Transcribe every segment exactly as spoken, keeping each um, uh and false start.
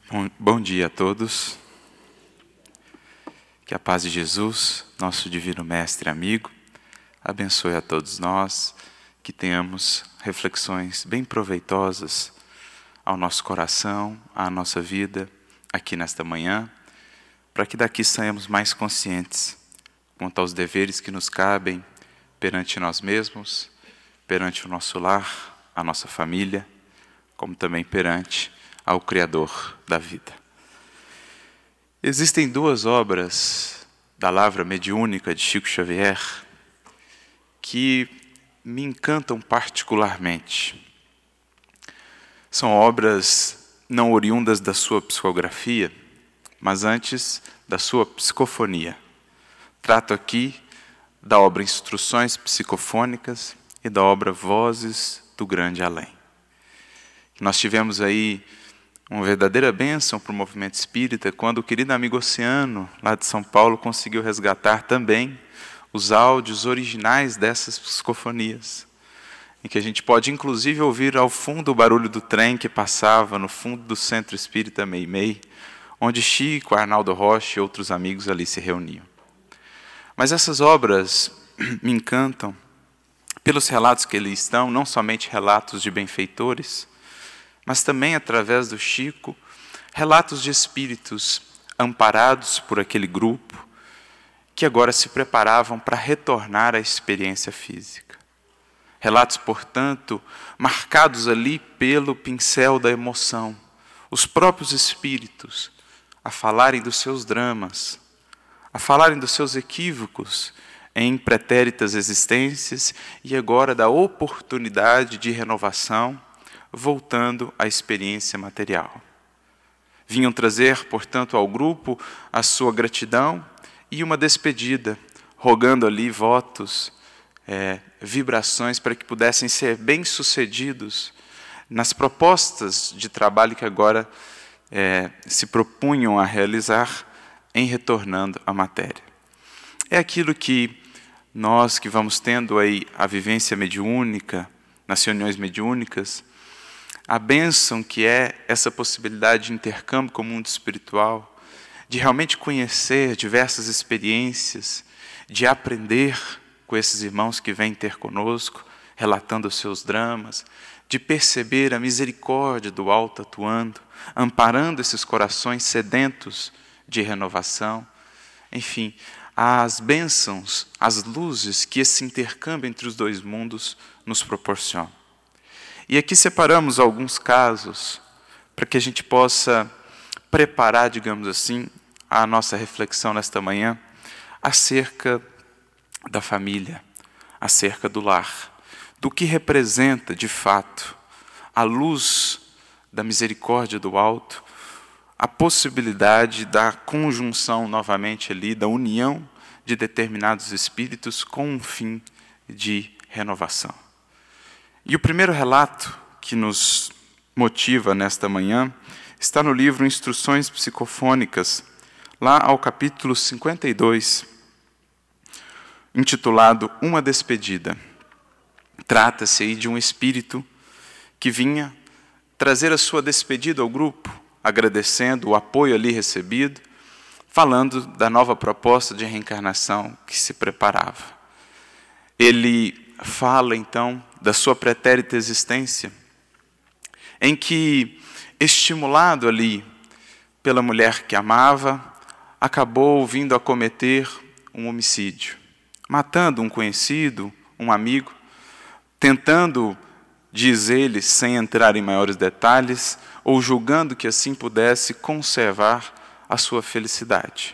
Bom, bom dia a todos. Que a paz de Jesus, nosso divino mestre e amigo, abençoe a todos nós, que tenhamos reflexões bem proveitosas ao nosso coração, à nossa vida, aqui nesta manhã, para que daqui saiamos mais conscientes quanto aos deveres que nos cabem perante nós mesmos, perante o nosso lar, a nossa família, como também perante ao Criador da vida. Existem duas obras da Lavra Mediúnica de Chico Xavier que me encantam particularmente. São obras não oriundas da sua psicografia, mas antes da sua psicofonia. Trato aqui da obra Instruções Psicofônicas e da obra Vozes do Grande Além. Nós tivemos aí uma verdadeira bênção para o movimento espírita, quando o querido amigo Oceano, lá de São Paulo, conseguiu resgatar também os áudios originais dessas psicofonias, em que a gente pode, inclusive, ouvir ao fundo o barulho do trem que passava no fundo do Centro Espírita Meimei, onde Chico, Arnaldo Rocha e outros amigos ali se reuniam. Mas essas obras me encantam pelos relatos que ali estão, não somente relatos de benfeitores, mas também, através do Chico, relatos de espíritos amparados por aquele grupo, que agora se preparavam para retornar à experiência física. Relatos, portanto, marcados ali pelo pincel da emoção, os próprios espíritos a falarem dos seus dramas, a falarem dos seus equívocos em pretéritas existências e agora da oportunidade de renovação, voltando à experiência material. Vinham trazer, portanto, ao grupo a sua gratidão e uma despedida, rogando ali votos, é, vibrações para que pudessem ser bem-sucedidos nas propostas de trabalho que agora é, se propunham a realizar em retornando à matéria. É aquilo que nós que vamos tendo aí a vivência mediúnica, nas reuniões mediúnicas, a bênção que é essa possibilidade de intercâmbio com o mundo espiritual, de realmente conhecer diversas experiências, de aprender com esses irmãos que vêm ter conosco, relatando os seus dramas, de perceber a misericórdia do alto atuando, amparando esses corações sedentos de renovação. Enfim, as bênçãos, as luzes que esse intercâmbio entre os dois mundos nos proporciona. E aqui separamos alguns casos para que a gente possa preparar, digamos assim, a nossa reflexão nesta manhã acerca da família, acerca do lar, do que representa, de fato, a luz da misericórdia do alto, a possibilidade da conjunção novamente ali, da união de determinados espíritos com um fim de renovação. E o primeiro relato que nos motiva nesta manhã está no livro Instruções Psicofônicas, lá ao capítulo cinquenta e dois, intitulado Uma Despedida. Trata-se aí de um espírito que vinha trazer a sua despedida ao grupo, agradecendo o apoio ali recebido, falando da nova proposta de reencarnação que se preparava. Ele fala, então, da sua pretérita existência, em que, estimulado ali pela mulher que amava, acabou vindo a cometer um homicídio, matando um conhecido, um amigo, tentando, diz ele, sem entrar em maiores detalhes, ou julgando que assim pudesse conservar a sua felicidade.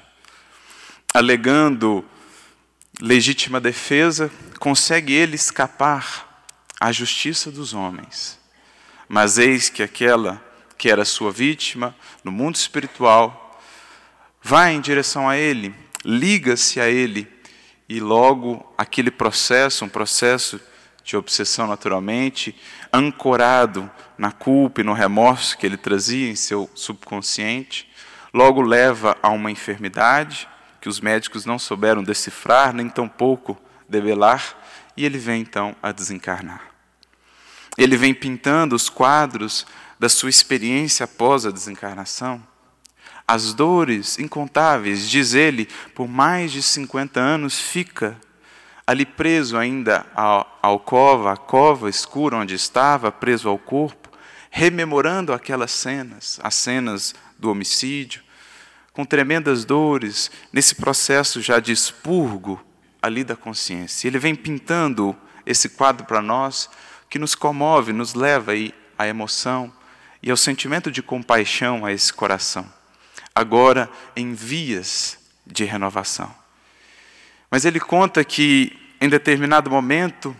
Alegando legítima defesa, consegue ele escapar à justiça dos homens. Mas eis que aquela que era sua vítima, no mundo espiritual, vai em direção a ele, liga-se a ele, e logo aquele processo, um processo de obsessão naturalmente, ancorado na culpa e no remorso que ele trazia em seu subconsciente, logo leva a uma enfermidade que os médicos não souberam decifrar, nem tampouco debelar, e ele vem então a desencarnar. Ele vem pintando os quadros da sua experiência após a desencarnação. As dores incontáveis, diz ele, por mais de cinquenta anos fica ali preso ainda à alcova, à cova escura onde estava, preso ao corpo, rememorando aquelas cenas, as cenas do homicídio, com tremendas dores, nesse processo já de expurgo ali da consciência. Ele vem pintando esse quadro para nós, que nos comove, nos leva aí à emoção e ao sentimento de compaixão a esse coração, agora em vias de renovação. Mas ele conta que, em determinado momento,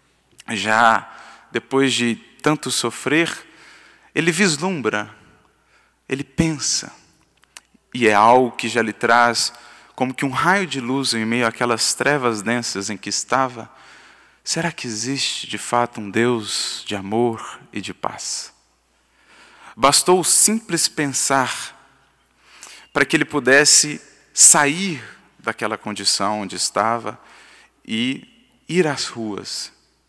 já depois de tanto sofrer, ele vislumbra, ele pensa, e é algo que já lhe traz como que um raio de luz em meio àquelas trevas densas em que estava. Será que existe, de fato, um Deus de amor e de paz? Bastou o simples pensar para que ele pudesse sair daquela condição onde estava e ir às ruas.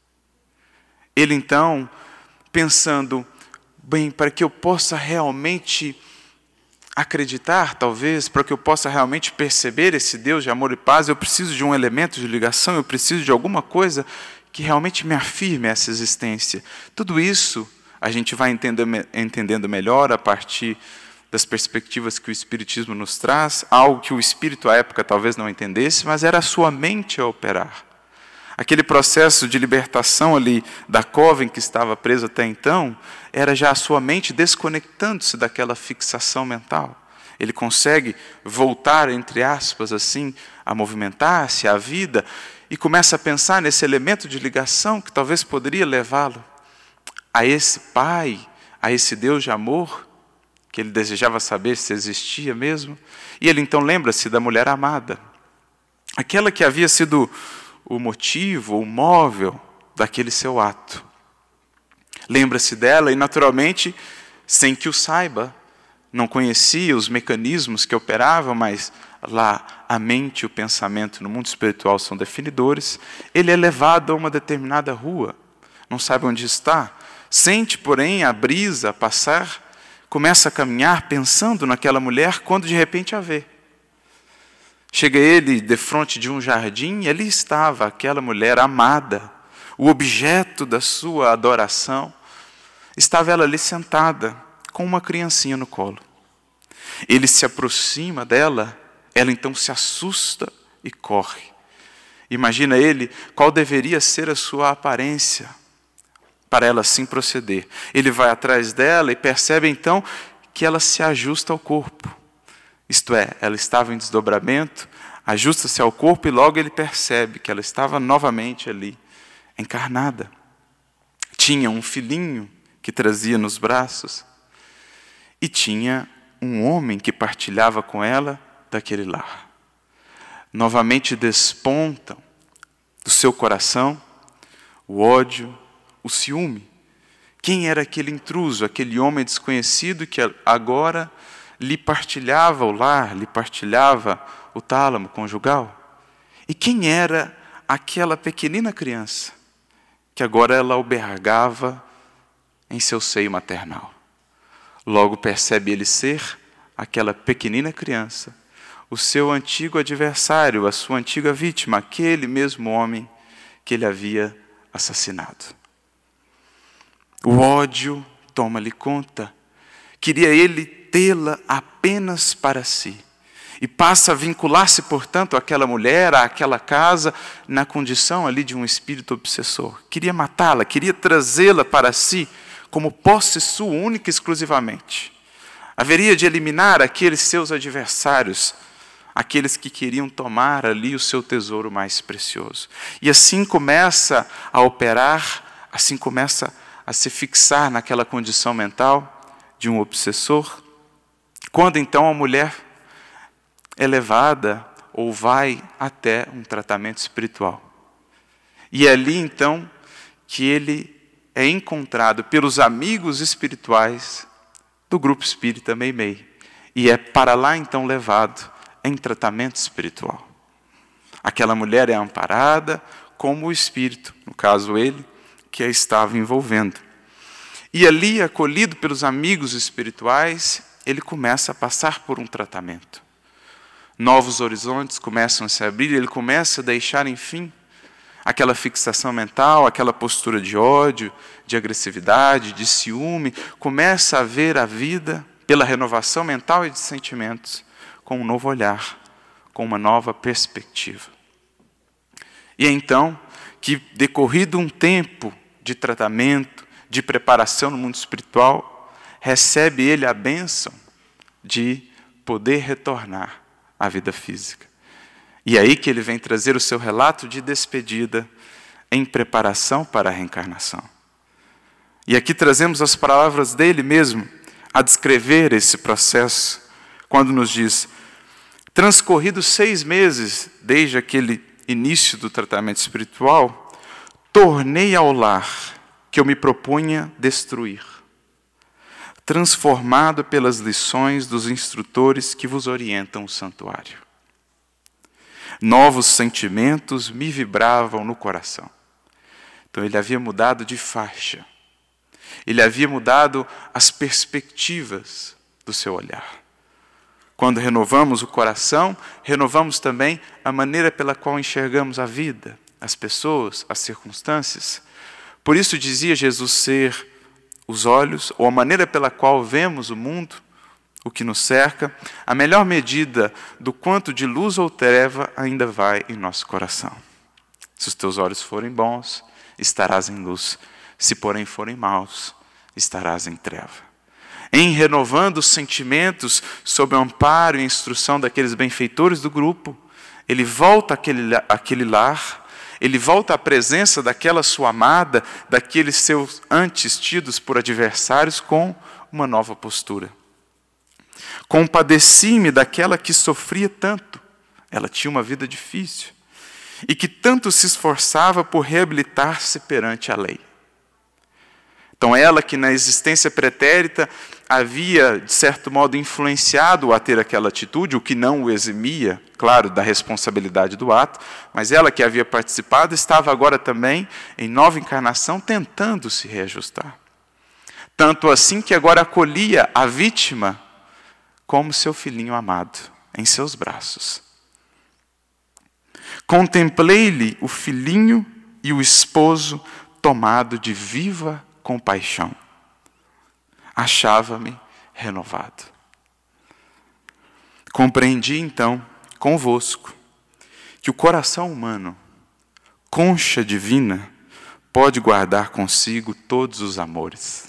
Ele, então, pensando, bem, para que eu possa realmente acreditar, talvez, para que eu possa realmente perceber esse Deus de amor e paz, eu preciso de um elemento de ligação, eu preciso de alguma coisa que realmente me afirme essa existência. Tudo isso a gente vai entender, entendendo melhor a partir das perspectivas que o Espiritismo nos traz, algo que o Espírito à época talvez não entendesse, mas era a sua mente a operar. Aquele processo de libertação ali da cova em que estava preso até então, era já a sua mente desconectando-se daquela fixação mental. Ele consegue voltar, entre aspas, assim, a movimentar-se, à vida, e começa a pensar nesse elemento de ligação que talvez poderia levá-lo a esse Pai, a esse Deus de amor, que ele desejava saber se existia mesmo. E ele então lembra-se da mulher amada, aquela que havia sido o motivo, o móvel daquele seu ato. Lembra-se dela e, naturalmente, sem que o saiba, não conhecia os mecanismos que operavam, mas lá a mente e o pensamento no mundo espiritual são definidores. Ele é levado a uma determinada rua, não sabe onde está, sente, porém, a brisa passar, começa a caminhar pensando naquela mulher, quando de repente a vê. Chega ele defronte de um jardim e ali estava aquela mulher amada, o objeto da sua adoração. Estava ela ali sentada, com uma criancinha no colo. Ele se aproxima dela, ela então se assusta e corre. Imagina ele qual deveria ser a sua aparência para ela assim proceder. Ele vai atrás dela e percebe então que ela se ajusta ao corpo. Isto é, ela estava em desdobramento, ajusta-se ao corpo e logo ele percebe que ela estava novamente ali, encarnada. Tinha um filhinho que trazia nos braços e tinha um homem que partilhava com ela daquele lar. Novamente despontam do seu coração o ódio, o ciúme. Quem era aquele intruso, aquele homem desconhecido que agora lhe partilhava o lar, lhe partilhava o tálamo conjugal? E quem era aquela pequenina criança que agora ela albergava em seu seio maternal? Logo percebe ele ser aquela pequenina criança, o seu antigo adversário, a sua antiga vítima, aquele mesmo homem que ele havia assassinado. O ódio toma-lhe conta. Queria ele tê-la apenas para si. E passa a vincular-se, portanto, àquela mulher, àquela casa, na condição ali de um espírito obsessor. Queria matá-la, queria trazê-la para si, como posse sua, única e exclusivamente. Haveria de eliminar aqueles seus adversários, aqueles que queriam tomar ali o seu tesouro mais precioso. E assim começa a operar, assim começa a se fixar naquela condição mental de um obsessor. Quando então a mulher é levada ou vai até um tratamento espiritual. E é ali então que ele é encontrado pelos amigos espirituais do grupo espírita Meimei. E é para lá então levado em tratamento espiritual. Aquela mulher é amparada como o espírito, no caso ele, que a estava envolvendo. E ali, acolhido pelos amigos espirituais, ele começa a passar por um tratamento. Novos horizontes começam a se abrir, ele começa a deixar, enfim, aquela fixação mental, aquela postura de ódio, de agressividade, de ciúme, começa a ver a vida pela renovação mental e de sentimentos, com um novo olhar, com uma nova perspectiva. E é então que, decorrido um tempo de tratamento, de preparação no mundo espiritual, recebe ele a bênção de poder retornar à vida física. E é aí que ele vem trazer o seu relato de despedida em preparação para a reencarnação. E aqui trazemos as palavras dele mesmo a descrever esse processo, quando nos diz: transcorridos seis meses desde aquele início do tratamento espiritual, tornei ao lar que eu me propunha destruir, transformado pelas lições dos instrutores que vos orientam o santuário. Novos sentimentos me vibravam no coração. Então ele havia mudado de faixa. Ele havia mudado as perspectivas do seu olhar. Quando renovamos o coração, renovamos também a maneira pela qual enxergamos a vida, as pessoas, as circunstâncias. Por isso dizia Jesus ser os olhos, ou a maneira pela qual vemos o mundo, o que nos cerca, a melhor medida do quanto de luz ou treva ainda vai em nosso coração. Se os teus olhos forem bons, estarás em luz. Se, porém, forem maus, estarás em treva. Em renovando os sentimentos sob o amparo e instrução daqueles benfeitores do grupo, ele volta àquele, àquele lar, ele volta à presença daquela sua amada, daqueles seus antes tidos por adversários, com uma nova postura. Compadeci-me daquela que sofria tanto, ela tinha uma vida difícil, e que tanto se esforçava por reabilitar-se perante a lei. Então ela que na existência pretérita havia, de certo modo, influenciado a ter aquela atitude, o que não o eximia, claro, da responsabilidade do ato, mas ela que havia participado estava agora também, em nova encarnação, tentando se reajustar. Tanto assim que agora acolhia a vítima como seu filhinho amado, em seus braços. Contemplei-lhe o filhinho e o esposo tomado de viva compaixão. Achava-me renovado. Compreendi, então, convosco, que o coração humano, concha divina, pode guardar consigo todos os amores.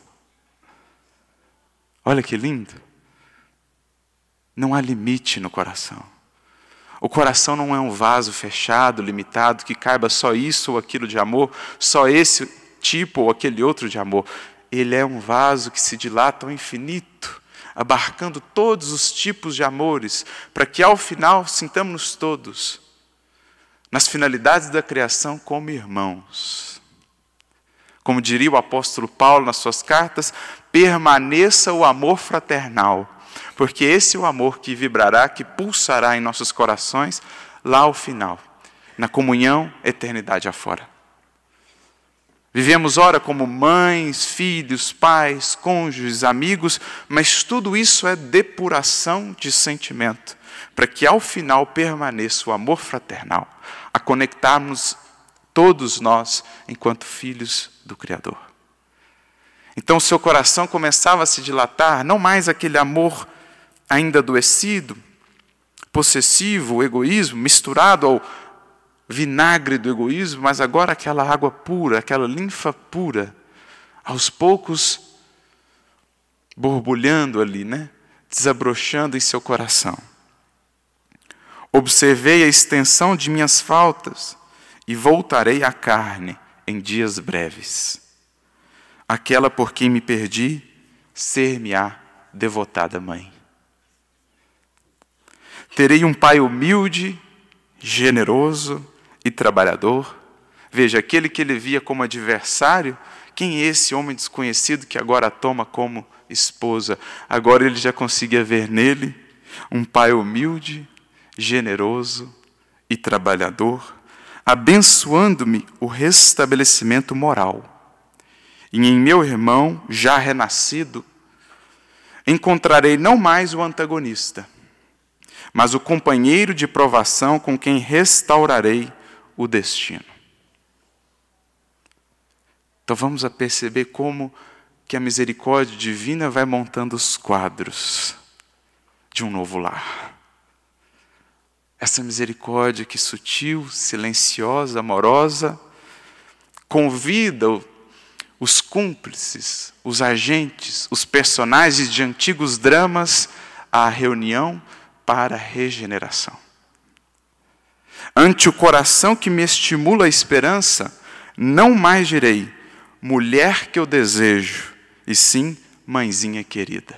Olha que lindo. Não há limite no coração. O coração não é um vaso fechado, limitado, que caiba só isso ou aquilo de amor, só esse tipo ou aquele outro de amor. Ele é um vaso que se dilata ao infinito, abarcando todos os tipos de amores, para que ao final sintamos-nos todos, nas finalidades da criação, como irmãos. Como diria o apóstolo Paulo nas suas cartas, permaneça o amor fraternal, porque esse é o amor que vibrará, que pulsará em nossos corações, lá ao final, na comunhão, eternidade afora. Vivemos, ora, como mães, filhos, pais, cônjuges, amigos, mas tudo isso é depuração de sentimento, para que ao final permaneça o amor fraternal, a conectarmos todos nós enquanto filhos do Criador. Então o seu coração começava a se dilatar, não mais aquele amor ainda adoecido, possessivo, o egoísmo, misturado ao vinagre do egoísmo, mas agora aquela água pura, aquela linfa pura, aos poucos borbulhando ali, né? Desabrochando em seu coração. Observei a extensão de minhas faltas e voltarei à carne em dias breves. Aquela por quem me perdi, ser-me-á devotada mãe. Terei um pai humilde, generoso e trabalhador. Veja, aquele que ele via como adversário, quem é esse homem desconhecido que agora a toma como esposa? Agora ele já conseguia ver nele um pai humilde, generoso e trabalhador, abençoando-me o restabelecimento moral e em meu irmão, já renascido, encontrarei não mais o antagonista, mas o companheiro de provação com quem restaurarei o destino. Então vamos a perceber como que a misericórdia divina vai montando os quadros de um novo lar. Essa misericórdia que sutil, silenciosa, amorosa, convida os cúmplices, os agentes, os personagens de antigos dramas à reunião para a regeneração. Ante o coração que me estimula a esperança, não mais direi, mulher que eu desejo, e sim, mãezinha querida.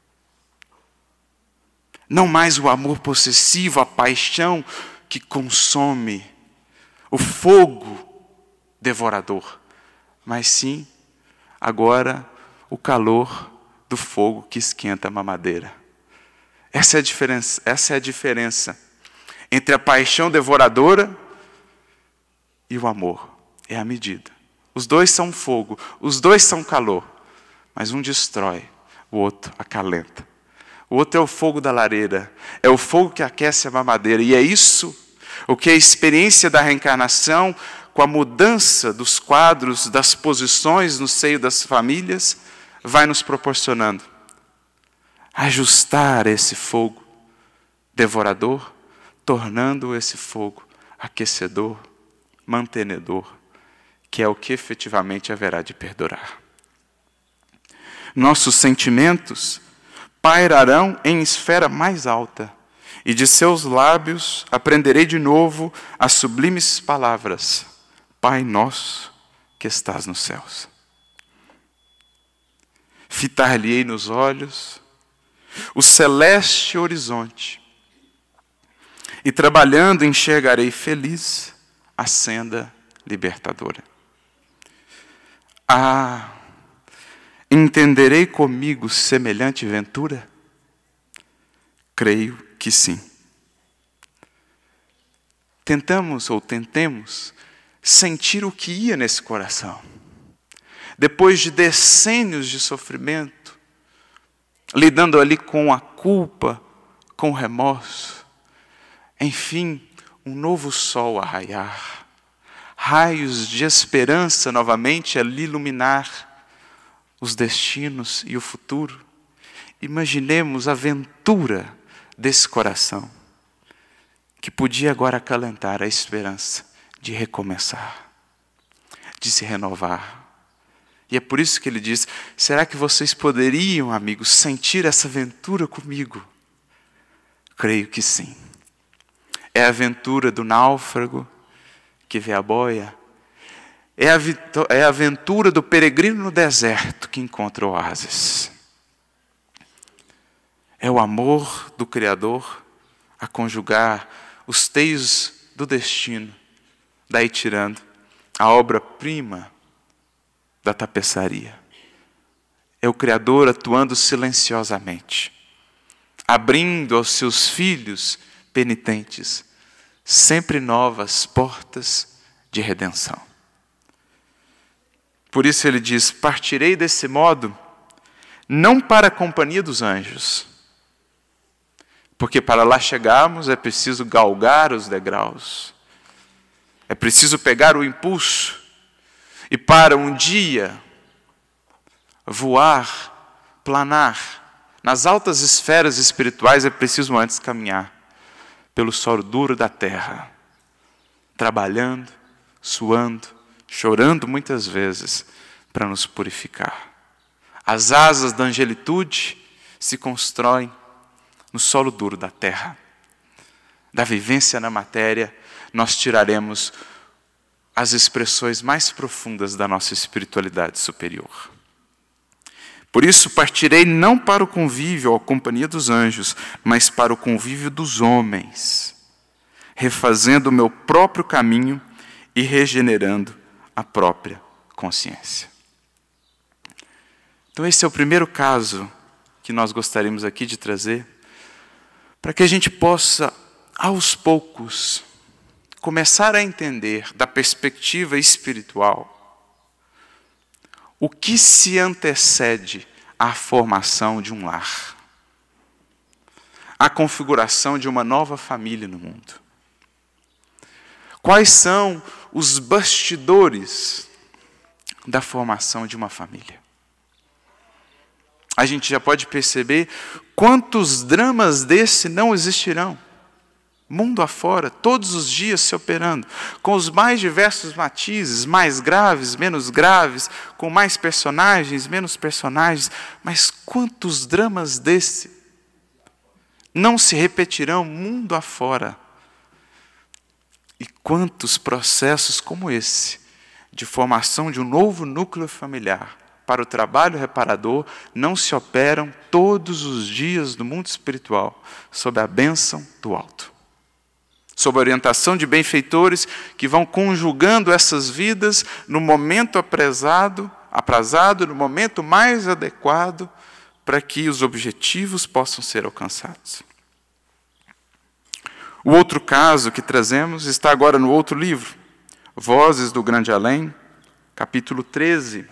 Não mais o amor possessivo, a paixão que consome, o fogo devorador, mas sim, agora, o calor do fogo que esquenta a mamadeira. Essa é a diferença, essa é a diferença entre a paixão devoradora e o amor. É a medida. Os dois são fogo, os dois são calor, mas um destrói, o outro acalenta. O outro é o fogo da lareira, é o fogo que aquece a mamadeira, e é isso o que a experiência da reencarnação, com a mudança dos quadros, das posições no seio das famílias, vai nos proporcionando. Ajustar esse fogo devorador, tornando esse fogo aquecedor, mantenedor, que é o que efetivamente haverá de perdurar. Nossos sentimentos pairarão em esfera mais alta, e de seus lábios aprenderei de novo as sublimes palavras: Pai nosso que estás nos céus. Fitar-lhe-ei nos olhos o celeste horizonte, e trabalhando enxergarei feliz a senda libertadora. Ah, entenderei comigo semelhante ventura? Creio que sim. Tentamos ou tentemos sentir o que ia nesse coração. Depois de decênios de sofrimento, lidando ali com a culpa, com o remorso, enfim, um novo sol a raiar, raios de esperança novamente a lhe iluminar os destinos e o futuro. Imaginemos a aventura desse coração, que podia agora acalentar a esperança de recomeçar, de se renovar. E é por isso que ele diz: será que vocês poderiam, amigos, sentir essa aventura comigo? Creio que sim. É a aventura do náufrago que vê a boia. É a, é a aventura do peregrino no deserto que encontra oásis. É o amor do Criador a conjugar os teios do destino, daí tirando a obra-prima da tapeçaria. É o Criador atuando silenciosamente, abrindo aos seus filhos penitentes sempre novas portas de redenção. Por isso ele diz: partirei desse modo, não para a companhia dos anjos, porque para lá chegarmos é preciso galgar os degraus, é preciso pegar o impulso, e para um dia voar, planar nas altas esferas espirituais é preciso antes caminhar pelo solo duro da terra, trabalhando, suando, chorando muitas vezes para nos purificar. As asas da angelitude se constroem no solo duro da terra. Da vivência na matéria, nós tiraremos as expressões mais profundas da nossa espiritualidade superior. Por isso partirei não para o convívio ou a companhia dos anjos, mas para o convívio dos homens, refazendo o meu próprio caminho e regenerando a própria consciência. Então esse é o primeiro caso que nós gostaríamos aqui de trazer, para que a gente possa, aos poucos, começar a entender da perspectiva espiritual o que se antecede à formação de um lar, à configuração de uma nova família no mundo? Quais são os bastidores da formação de uma família? A gente já pode perceber quantos dramas desse não existirão. Mundo afora, todos os dias se operando, com os mais diversos matizes, mais graves, menos graves, com mais personagens, menos personagens, mas quantos dramas desse não se repetirão mundo afora? E quantos processos como esse, de formação de um novo núcleo familiar, para o trabalho reparador, não se operam todos os dias no mundo espiritual, sob a bênção do alto. Sob a orientação de benfeitores que vão conjugando essas vidas no momento aprazado, aprazado, no momento mais adequado, para que os objetivos possam ser alcançados. O outro caso que trazemos está agora no outro livro, Vozes do Grande Além, capítulo treze,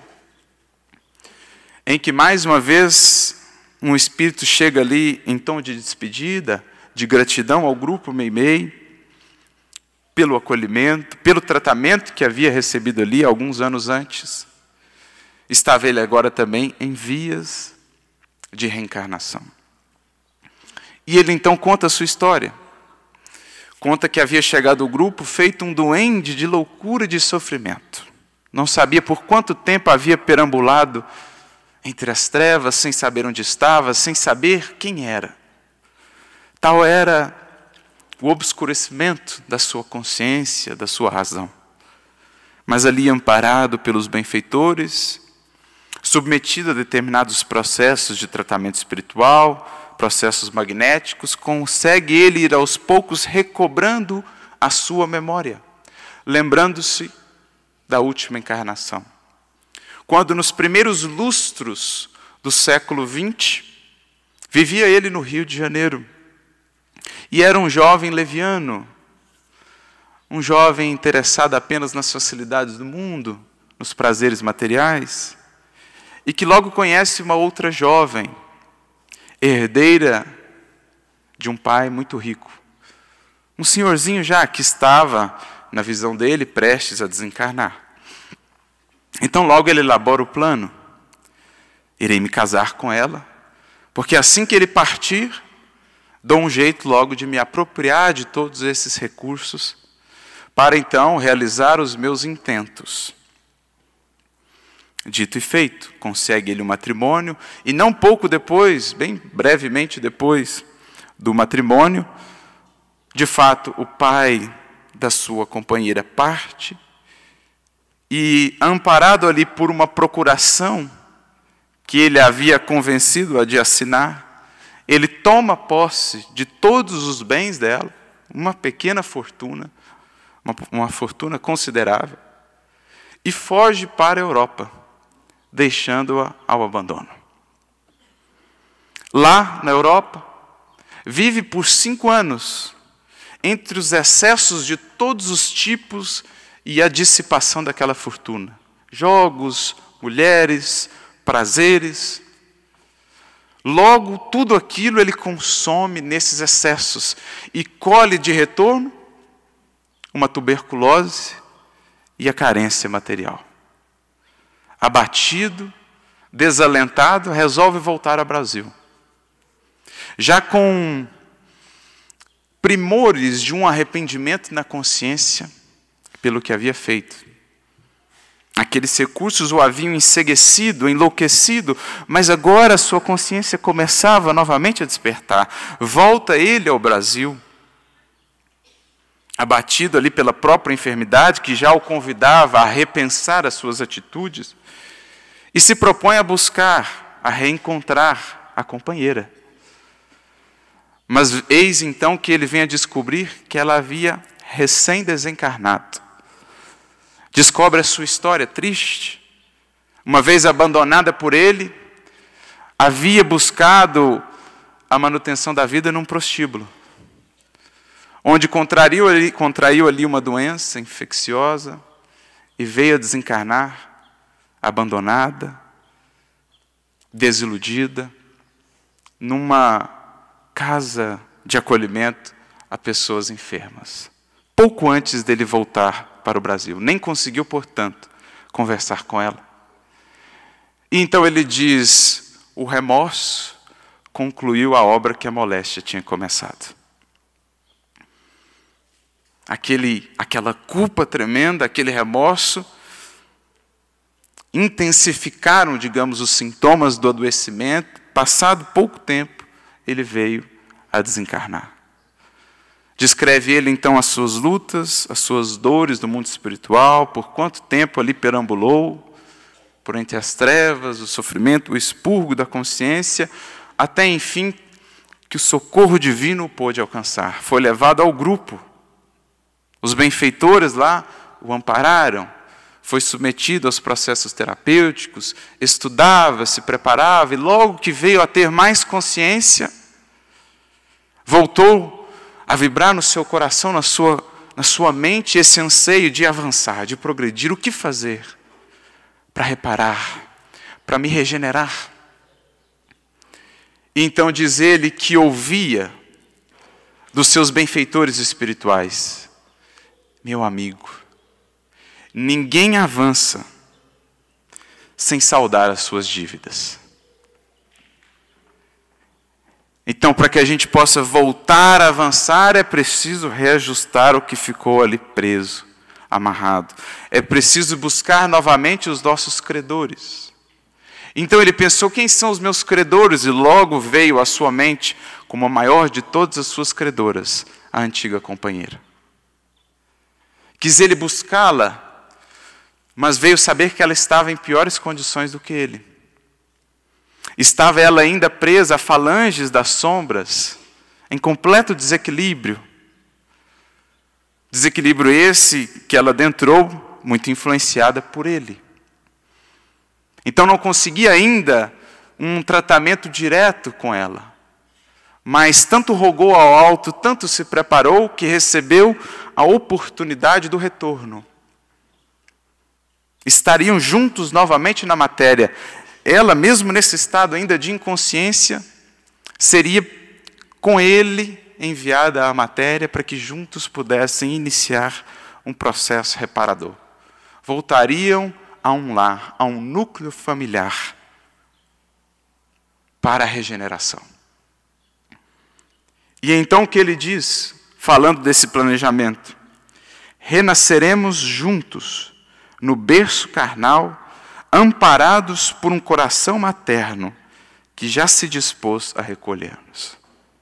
em que mais uma vez um espírito chega ali em tom de despedida, de gratidão ao grupo Meimei, pelo acolhimento, pelo tratamento que havia recebido ali alguns anos antes. Estava ele agora também em vias de reencarnação. E ele então conta a sua história. Conta que havia chegado ao grupo feito um duende de loucura e de sofrimento. Não sabia por quanto tempo havia perambulado entre as trevas, sem saber onde estava, sem saber quem era. Tal era o obscurecimento da sua consciência, da sua razão. Mas ali, amparado pelos benfeitores, submetido a determinados processos de tratamento espiritual, processos magnéticos, consegue ele ir aos poucos recobrando a sua memória, lembrando-se da última encarnação. Quando nos primeiros lustros do século vinte, vivia ele no Rio de Janeiro, e era um jovem leviano, um jovem interessado apenas nas facilidades do mundo, nos prazeres materiais, e que logo conhece uma outra jovem, herdeira de um pai muito rico. Um senhorzinho já que estava, na visão dele, prestes a desencarnar. Então logo ele elabora o plano. Irei me casar com ela, porque assim que ele partir, dou um jeito logo de me apropriar de todos esses recursos, para então realizar os meus intentos. Dito e feito, consegue ele o matrimônio, e não pouco depois, bem brevemente depois do matrimônio, de fato, o pai da sua companheira parte, e amparado ali por uma procuração que ele havia convencido-a de assinar, ele toma posse de todos os bens dela, uma pequena fortuna, uma, uma fortuna considerável, e foge para a Europa, deixando-a ao abandono. Lá na Europa, vive por cinco anos, entre os excessos de todos os tipos e a dissipação daquela fortuna. Jogos, mulheres, prazeres. Logo, tudo aquilo ele consome nesses excessos e colhe de retorno uma tuberculose e a carência material. Abatido, desalentado, resolve voltar ao Brasil. Já com primores de um arrependimento na consciência pelo que havia feito. Aqueles recursos o haviam enseguecido, enlouquecido, mas agora a sua consciência começava novamente a despertar. Volta ele ao Brasil, abatido ali pela própria enfermidade, que já o convidava a repensar as suas atitudes, e se propõe a buscar, a reencontrar a companheira. Mas eis então que ele vem a descobrir que ela havia recém-desencarnado. Descobre a sua história triste. Uma vez abandonada por ele, havia buscado a manutenção da vida num prostíbulo, onde contraiu ali, contraiu ali uma doença infecciosa e veio a desencarnar abandonada, desiludida, numa casa de acolhimento a pessoas enfermas. Pouco antes dele voltar para o Brasil. Nem conseguiu, portanto, conversar com ela. E então ele diz, o remorso concluiu a obra que a moléstia tinha começado. Aquele, aquela culpa tremenda, aquele remorso, intensificaram, digamos, os sintomas do adoecimento. Passado pouco tempo, ele veio a desencarnar. Descreve ele, então, as suas lutas, as suas dores do mundo espiritual, por quanto tempo ali perambulou, por entre as trevas, o sofrimento, o expurgo da consciência, até, enfim, que o socorro divino o pôde alcançar. Foi levado ao grupo. Os benfeitores lá o ampararam. Foi submetido aos processos terapêuticos, estudava, se preparava, e logo que veio a ter mais consciência, voltou a vibrar no seu coração, na sua, na sua mente, esse anseio de avançar, de progredir. O que fazer para reparar, para me regenerar? E então diz ele que ouvia dos seus benfeitores espirituais, meu amigo, ninguém avança sem saldar as suas dívidas. Então, para que a gente possa voltar a avançar, é preciso reajustar o que ficou ali preso, amarrado. É preciso buscar novamente os nossos credores. Então ele pensou, quem são os meus credores? E logo veio à sua mente, como a maior de todas as suas credoras, a antiga companheira. Quis ele buscá-la, mas veio saber que ela estava em piores condições do que ele. Estava ela ainda presa a falanges das sombras, em completo desequilíbrio. Desequilíbrio esse que ela adentrou, muito influenciada por ele. Então não conseguia ainda um tratamento direto com ela. Mas tanto rogou ao alto, tanto se preparou, que recebeu a oportunidade do retorno. Estariam juntos novamente na matéria. Ela, mesmo nesse estado ainda de inconsciência, seria com ele enviada à matéria para que juntos pudessem iniciar um processo reparador. Voltariam a um lar, a um núcleo familiar para a regeneração. E então o que ele diz, falando desse planejamento? Renasceremos juntos no berço carnal, amparados por um coração materno que já se dispôs a recolher-nos.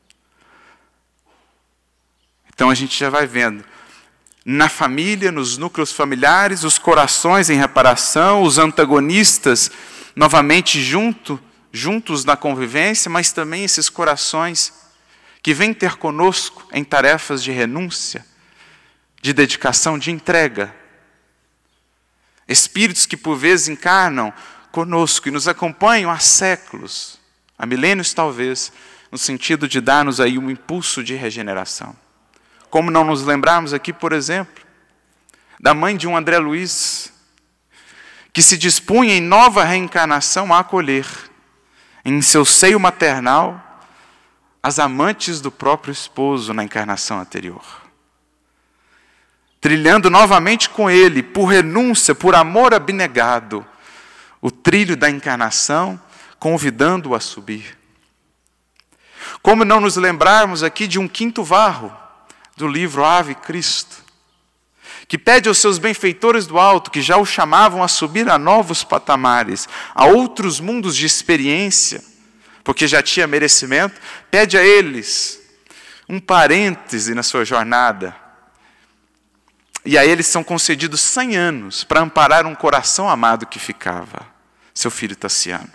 Então a gente já vai vendo, na família, nos núcleos familiares, os corações em reparação, os antagonistas novamente junto, juntos na convivência, mas também esses corações que vêm ter conosco em tarefas de renúncia, de dedicação, de entrega. Espíritos que por vezes encarnam conosco e nos acompanham há séculos, há milênios talvez, no sentido de dar-nos aí um impulso de regeneração. Como não nos lembrarmos aqui, por exemplo, da mãe de um André Luiz, que se dispunha em nova reencarnação a acolher, em seu seio maternal, as amantes do próprio esposo na encarnação anterior. Trilhando novamente com ele, por renúncia, por amor abnegado, o trilho da encarnação, convidando-o a subir. Como não nos lembrarmos aqui de um quinto varro, do livro Ave Cristo, que pede aos seus benfeitores do alto, que já o chamavam a subir a novos patamares, a outros mundos de experiência, porque já tinha merecimento, pede a eles um parêntese na sua jornada. E a eles são concedidos cem anos para amparar um coração amado que ficava, seu filho Tassiano.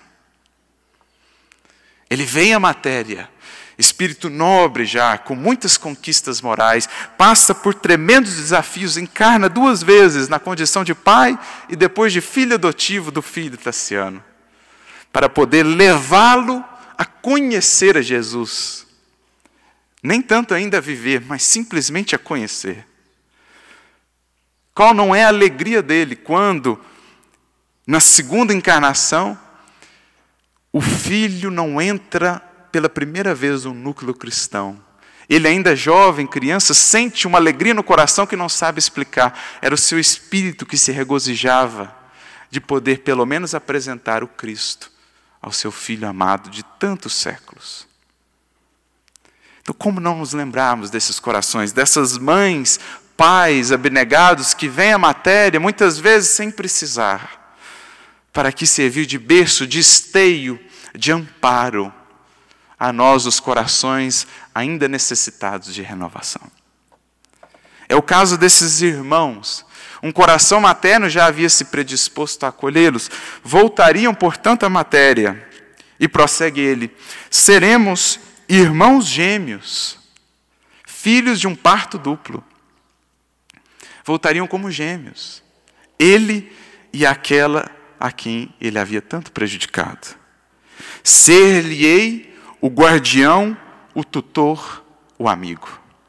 Ele vem à matéria, espírito nobre já, com muitas conquistas morais, passa por tremendos desafios, encarna duas vezes na condição de pai e depois de filho adotivo do filho Tassiano, para poder levá-lo a conhecer a Jesus. Nem tanto ainda a viver, mas simplesmente a conhecer. Qual não é a alegria dele quando, Na segunda encarnação, o Filho não entra pela primeira vez no núcleo cristão. Ele ainda jovem, criança, sente uma alegria no coração que não sabe explicar. Era o seu espírito que se regozijava de poder pelo menos apresentar o Cristo ao seu Filho amado de tantos séculos. Então, como não nos lembrarmos desses corações, dessas mães, pais abnegados que vêm à matéria, muitas vezes sem precisar, para aqui servir de berço, de esteio, de amparo a nós, os corações ainda necessitados de renovação. É o caso desses irmãos. Um coração materno já havia se predisposto a acolhê-los. Voltariam, portanto, à matéria. E prossegue ele: seremos irmãos gêmeos, filhos de um parto duplo. Voltariam como gêmeos, ele e aquela a quem ele havia tanto prejudicado. Ser-lhe-ei o guardião, o tutor, o amigo.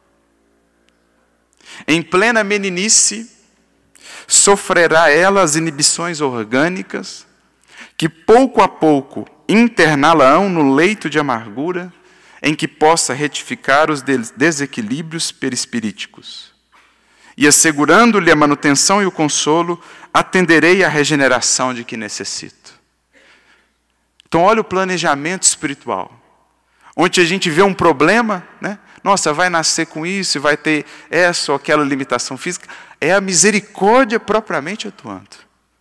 Em plena meninice, sofrerá ela as inibições orgânicas, que pouco a pouco interná-la-ão no leito de amargura, em que possa retificar os desequilíbrios perispiríticos. E assegurando-lhe a manutenção e o consolo, atenderei à regeneração de que necessito. Então, olha o planejamento espiritual. Onde a gente vê um problema, né? Nossa, vai nascer com isso, vai ter essa ou aquela limitação física. É a misericórdia propriamente atuando.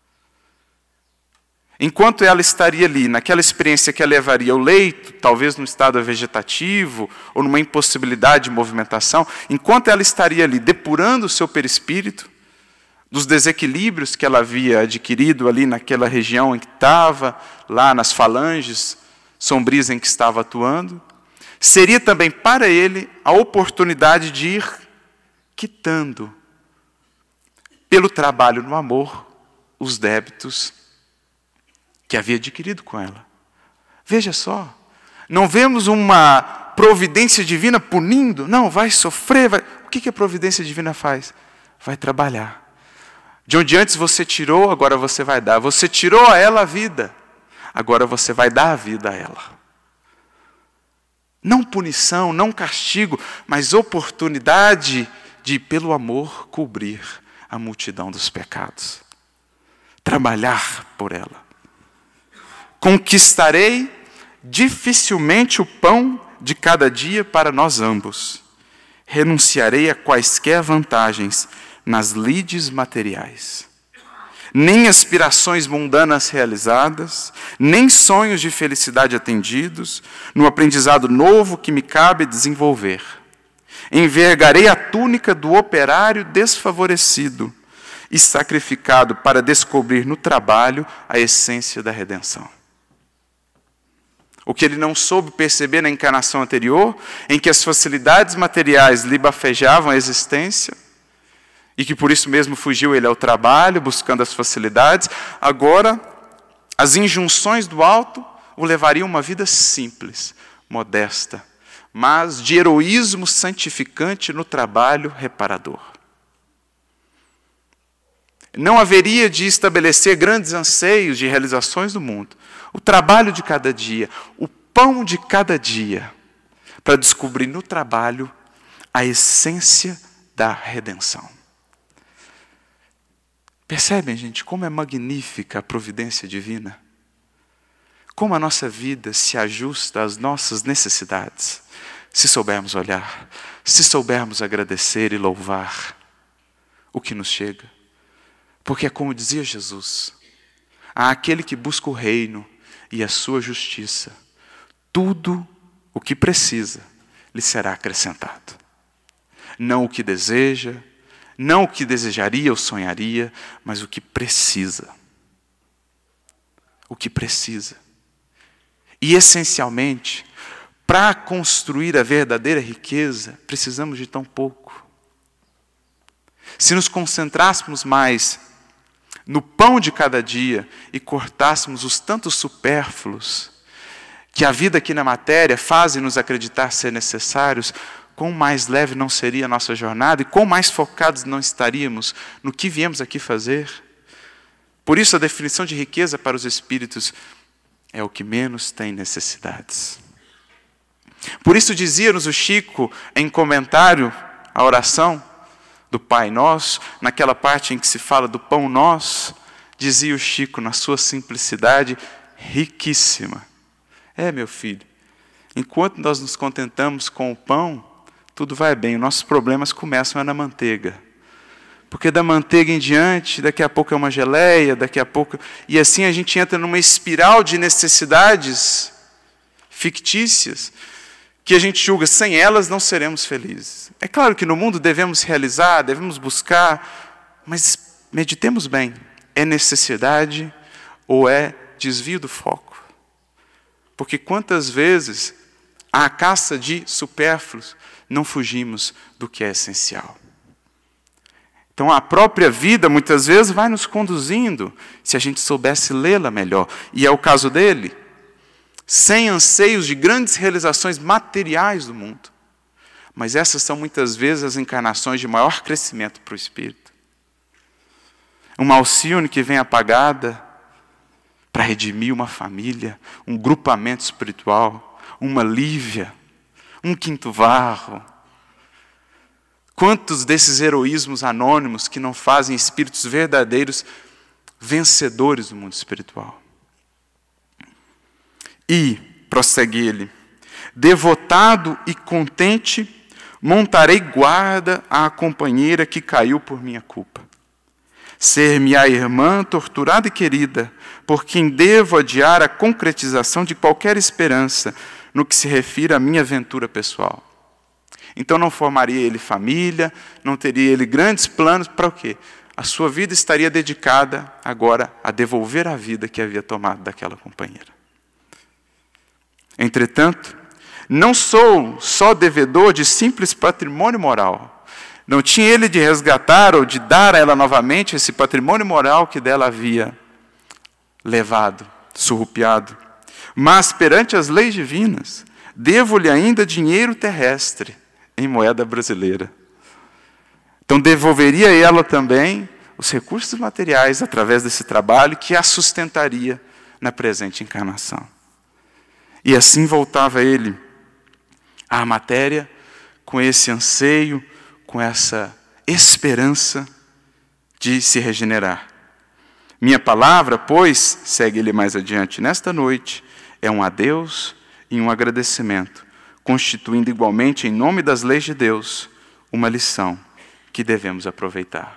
Enquanto ela estaria ali, naquela experiência que a levaria ao leito, talvez num estado vegetativo, ou numa impossibilidade de movimentação, enquanto ela estaria ali depurando o seu perispírito, dos desequilíbrios que ela havia adquirido ali naquela região em que estava, lá nas falanges sombrias em que estava atuando, seria também para ele a oportunidade de ir quitando, pelo trabalho no amor, os débitos que havia adquirido com ela. Veja só, não vemos uma providência divina punindo, não, vai sofrer, vai... O que a providência divina faz? Vai trabalhar. De onde antes você tirou, agora você vai dar. Você tirou a ela a vida, agora você vai dar a vida a ela. Não punição, não castigo, mas oportunidade de, pelo amor, cobrir a multidão dos pecados. Trabalhar por ela. Conquistarei dificilmente o pão de cada dia para nós ambos. Renunciarei a quaisquer vantagens nas lides materiais. Nem aspirações mundanas realizadas, nem sonhos de felicidade atendidos, no aprendizado novo que me cabe desenvolver. Envergarei a túnica do operário desfavorecido e sacrificado para descobrir no trabalho a essência da redenção. O que ele não soube perceber na encarnação anterior, em que as facilidades materiais lhe bafejavam a existência, e que por isso mesmo fugiu ele ao trabalho, buscando as facilidades, agora as injunções do alto o levariam a uma vida simples, modesta, mas de heroísmo santificante no trabalho reparador. Não haveria de estabelecer grandes anseios de realizações do mundo. O trabalho de cada dia, o pão de cada dia, para descobrir no trabalho a essência da redenção. Percebem, gente, como é magnífica a providência divina? Como a nossa vida se ajusta às nossas necessidades, se soubermos olhar, se soubermos agradecer e louvar o que nos chega. Porque é como dizia Jesus, a aquele que busca o reino e a sua justiça, tudo o que precisa lhe será acrescentado. Não o que deseja, não o que desejaria ou sonharia, mas o que precisa. O que precisa. E, essencialmente, para construir a verdadeira riqueza, precisamos de tão pouco. Se nos concentrássemos mais no pão de cada dia e cortássemos os tantos supérfluos que a vida aqui na matéria fazem nos acreditar ser necessários, quão mais leve não seria a nossa jornada e quão mais focados não estaríamos no que viemos aqui fazer. Por isso a definição de riqueza para os espíritos é o que menos tem necessidades. Por isso dizia-nos o Chico em comentário à oração do Pai Nosso, naquela parte em que se fala do pão nosso, dizia o Chico na sua simplicidade riquíssima: é, meu filho, enquanto nós nos contentamos com o pão, tudo vai bem, nossos problemas começam é na manteiga. Porque da manteiga em diante, daqui a pouco é uma geleia, daqui a pouco... E assim a gente entra numa espiral de necessidades fictícias, que a gente julga, sem elas não seremos felizes. É claro que no mundo devemos realizar, devemos buscar, mas meditemos bem, é necessidade ou é desvio do foco? Porque quantas vezes, à caça de supérfluos, não fugimos do que é essencial. Então a própria vida muitas vezes vai nos conduzindo, se a gente soubesse lê-la melhor. E é o caso dele, sem anseios de grandes realizações materiais do mundo. Mas essas são muitas vezes as encarnações de maior crescimento para o espírito. Uma Alcione que vem apagada para redimir uma família, um grupamento espiritual, uma Lívia, um Quinto Varro. Quantos desses heroísmos anônimos que não fazem espíritos verdadeiros vencedores do mundo espiritual? E, prossegue ele, devotado e contente, montarei guarda à companheira que caiu por minha culpa. Ser-me a irmã torturada e querida, por quem devo adiar a concretização de qualquer esperança no que se refere à minha aventura pessoal. Então não formaria ele família, não teria ele grandes planos para o quê? A sua vida estaria dedicada agora a devolver a vida que havia tomado daquela companheira. Entretanto, não sou só devedor de simples patrimônio moral. Não tinha ele de resgatar ou de dar a ela novamente esse patrimônio moral que dela havia levado, surrupiado. Mas perante as leis divinas, devo-lhe ainda dinheiro terrestre, em moeda brasileira. Então devolveria ela também os recursos materiais através desse trabalho que a sustentaria na presente encarnação. E assim voltava ele à matéria com esse anseio, com essa esperança de se regenerar. Minha palavra, pois, segue ele mais adiante, nesta noite, é um adeus e um agradecimento, constituindo igualmente, em nome das leis de Deus, uma lição que devemos aproveitar.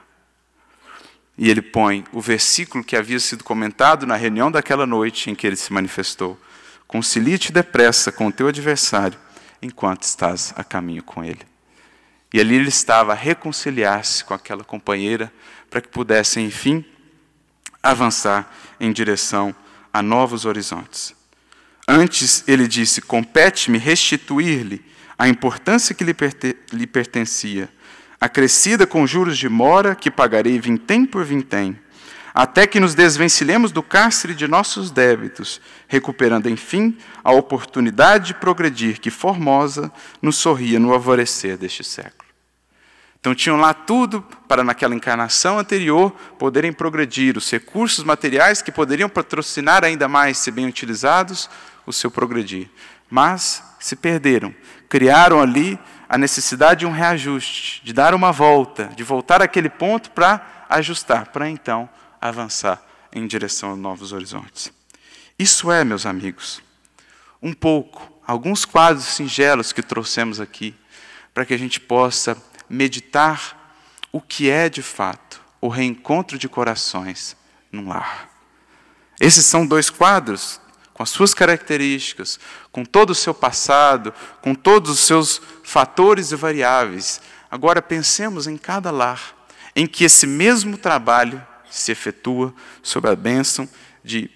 E ele põe o versículo que havia sido comentado na reunião daquela noite em que ele se manifestou: concilia-te depressa com o teu adversário, enquanto estás a caminho com ele. E ali ele estava a reconciliar-se com aquela companheira, para que pudessem, enfim, avançar em direção a novos horizontes. Antes, ele disse: compete-me restituir-lhe a importância que lhe, perte- lhe pertencia, acrescida com juros de mora, que pagarei vintém por vintém, até que nos desvencilhemos do cárcere de nossos débitos, recuperando, enfim, a oportunidade de progredir que Formosa nos sorria no alvorecer deste século. Então tinham lá tudo para, naquela encarnação anterior, poderem progredir, os recursos materiais que poderiam patrocinar ainda mais, se bem utilizados, o seu progredir. Mas se perderam, criaram ali a necessidade de um reajuste, de dar uma volta, de voltar àquele ponto para ajustar, para então avançar em direção a novos horizontes. Isso é, meus amigos, um pouco, alguns quadros singelos que trouxemos aqui, para que a gente possa meditar o que é, de fato, o reencontro de corações num lar. Esses são dois quadros, com as suas características, com todo o seu passado, com todos os seus fatores e variáveis. Agora pensemos em cada lar, em que esse mesmo trabalho se efetua sob a bênção de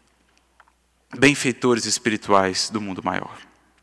benfeitores espirituais do mundo maior.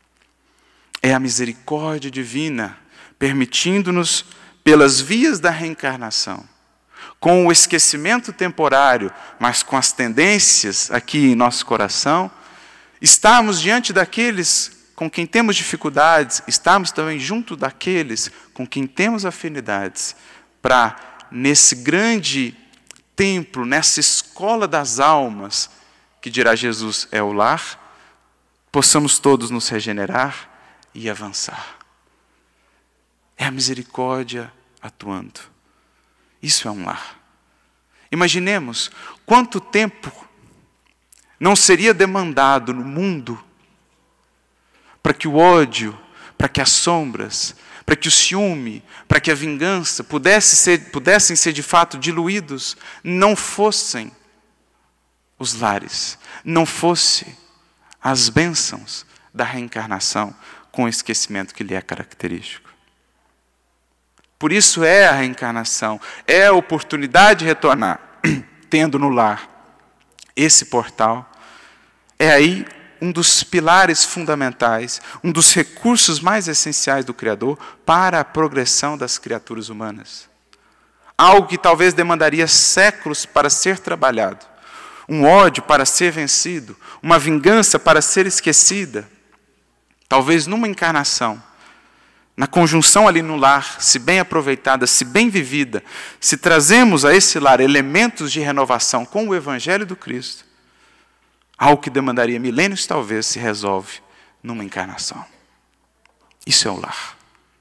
É a misericórdia divina, permitindo-nos, pelas vias da reencarnação, com o esquecimento temporário, mas com as tendências aqui em nosso coração, estarmos diante daqueles com quem temos dificuldades, estarmos também junto daqueles com quem temos afinidades, para, nesse grande templo, nessa escola das almas, que dirá Jesus é o lar, possamos todos nos regenerar e avançar. É a misericórdia atuando. Isso é um lar. Imaginemos quanto tempo não seria demandado no mundo para que o ódio, para que as sombras, para que o ciúme, para que a vingança pudesse ser, pudessem ser de fato diluídos, não fossem os lares, não fossem as bênçãos da reencarnação com o esquecimento que lhe é característico. Por isso é a reencarnação, é a oportunidade de retornar, tendo no lar esse portal. É aí um dos pilares fundamentais, um dos recursos mais essenciais do Criador para a progressão das criaturas humanas. Algo que talvez demandaria séculos para ser trabalhado. Um ódio para ser vencido, uma vingança para ser esquecida. Talvez numa encarnação, na conjunção ali no lar, se bem aproveitada, se bem vivida, se trazemos a esse lar elementos de renovação com o Evangelho do Cristo, algo que demandaria milênios talvez se resolve numa encarnação. Isso é o lar.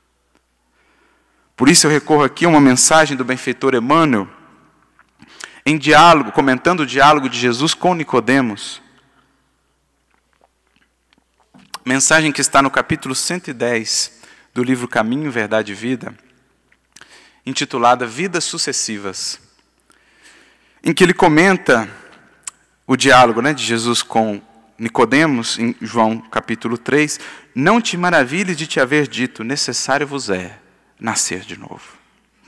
Por isso eu recorro aqui a uma mensagem do benfeitor Emmanuel, em diálogo, comentando o diálogo de Jesus com Nicodemos. Mensagem que está no capítulo cento e dez do livro Caminho, Verdade e Vida, intitulada Vidas Sucessivas, em que ele comenta o diálogo, né, de Jesus com Nicodemos, em João capítulo três, não te maravilhes de te haver dito, necessário vos é nascer de novo.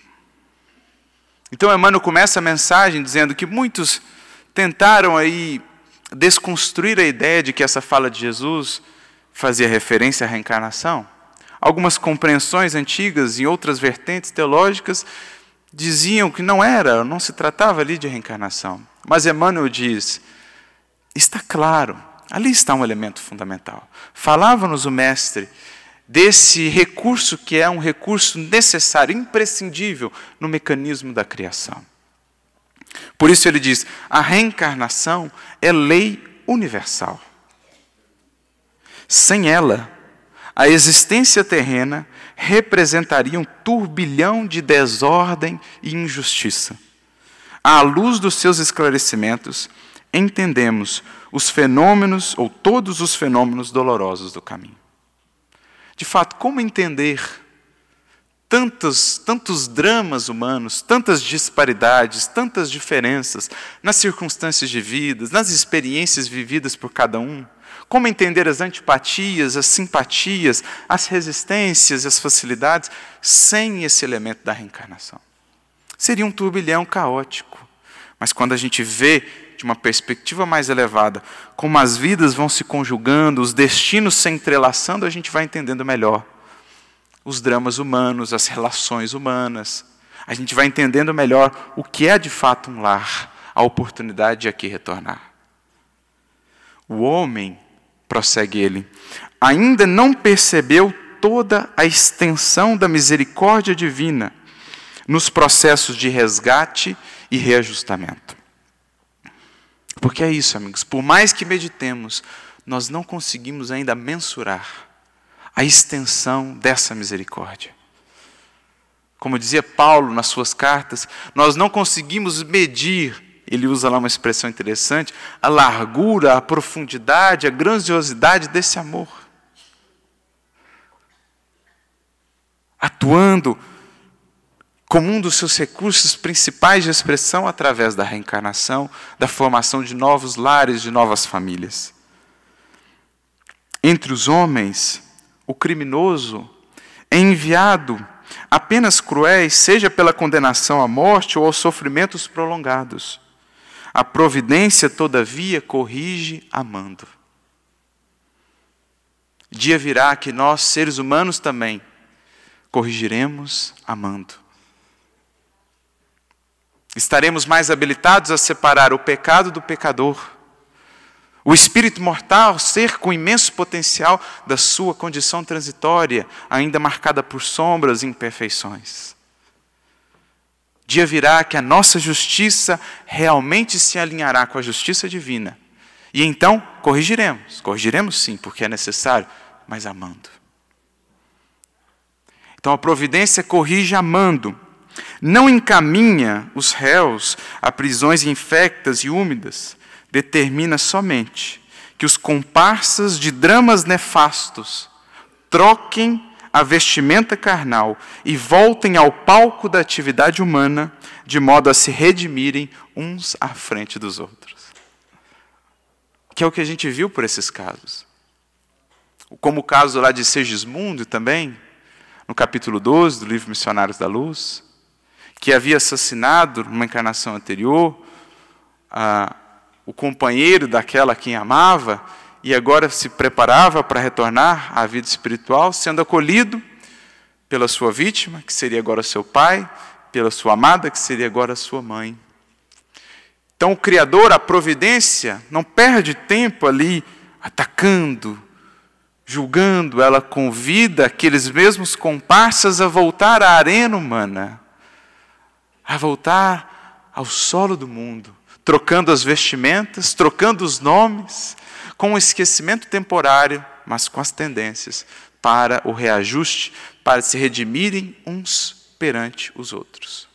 Então Emmanuel começa a mensagem dizendo que muitos tentaram aí desconstruir a ideia de que essa fala de Jesus fazia referência à reencarnação. Algumas compreensões antigas em outras vertentes teológicas diziam que não era, não se tratava ali de reencarnação. Mas Emmanuel diz, está claro, ali está um elemento fundamental. Falava-nos o Mestre desse recurso que é um recurso necessário, imprescindível no mecanismo da criação. Por isso ele diz, a reencarnação é lei universal. Sem ela, a existência terrena representaria um turbilhão de desordem e injustiça. À luz dos seus esclarecimentos, entendemos os fenômenos, ou todos os fenômenos dolorosos do caminho. De fato, como entender tantos, tantos dramas humanos, tantas disparidades, tantas diferenças nas circunstâncias de vida, nas experiências vividas por cada um? Como entender as antipatias, as simpatias, as resistências e as facilidades sem esse elemento da reencarnação? Seria um turbilhão caótico. Mas quando a gente vê de uma perspectiva mais elevada como as vidas vão se conjugando, os destinos se entrelaçando, a gente vai entendendo melhor os dramas humanos, as relações humanas. A gente vai entendendo melhor o que é de fato um lar, a oportunidade de aqui retornar. O homem, prossegue ele, ainda não percebeu toda a extensão da misericórdia divina nos processos de resgate e reajustamento. Porque é isso, amigos, por mais que meditemos, nós não conseguimos ainda mensurar a extensão dessa misericórdia. Como dizia Paulo nas suas cartas, nós não conseguimos medir, ele usa lá uma expressão interessante, a largura, a profundidade, a grandiosidade desse amor. Atuando como um dos seus recursos principais de expressão através da reencarnação, da formação de novos lares, de novas famílias. Entre os homens, o criminoso é enviado a penas cruéis, seja pela condenação à morte ou aos sofrimentos prolongados. A providência, todavia, corrige amando. Dia virá que nós, seres humanos também, corrigiremos amando. Estaremos mais habilitados a separar o pecado do pecador. O espírito mortal, ser com imenso potencial da sua condição transitória, ainda marcada por sombras e imperfeições. Dia virá que a nossa justiça realmente se alinhará com a justiça divina. E então, corrigiremos. Corrigiremos sim, porque é necessário, mas amando. Então a providência corrige amando. Não encaminha os réus a prisões infectas e úmidas. Determina somente que os comparsas de dramas nefastos troquem a vestimenta carnal e voltem ao palco da atividade humana, de modo a se redimirem uns à frente dos outros. Que é o que a gente viu por esses casos. Como o caso lá de Segismundo também, no capítulo doze do livro Missionários da Luz, que havia assassinado, numa encarnação anterior, a, o companheiro daquela a quem amava, e agora se preparava para retornar à vida espiritual, sendo acolhido pela sua vítima, que seria agora seu pai, pela sua amada, que seria agora sua mãe. Então o Criador, a providência, não perde tempo ali atacando, julgando. Ela convida aqueles mesmos comparsas a voltar à arena humana, a voltar ao solo do mundo, trocando as vestimentas, trocando os nomes, com o esquecimento temporário, mas com as tendências para o reajuste, para se redimirem uns perante os outros.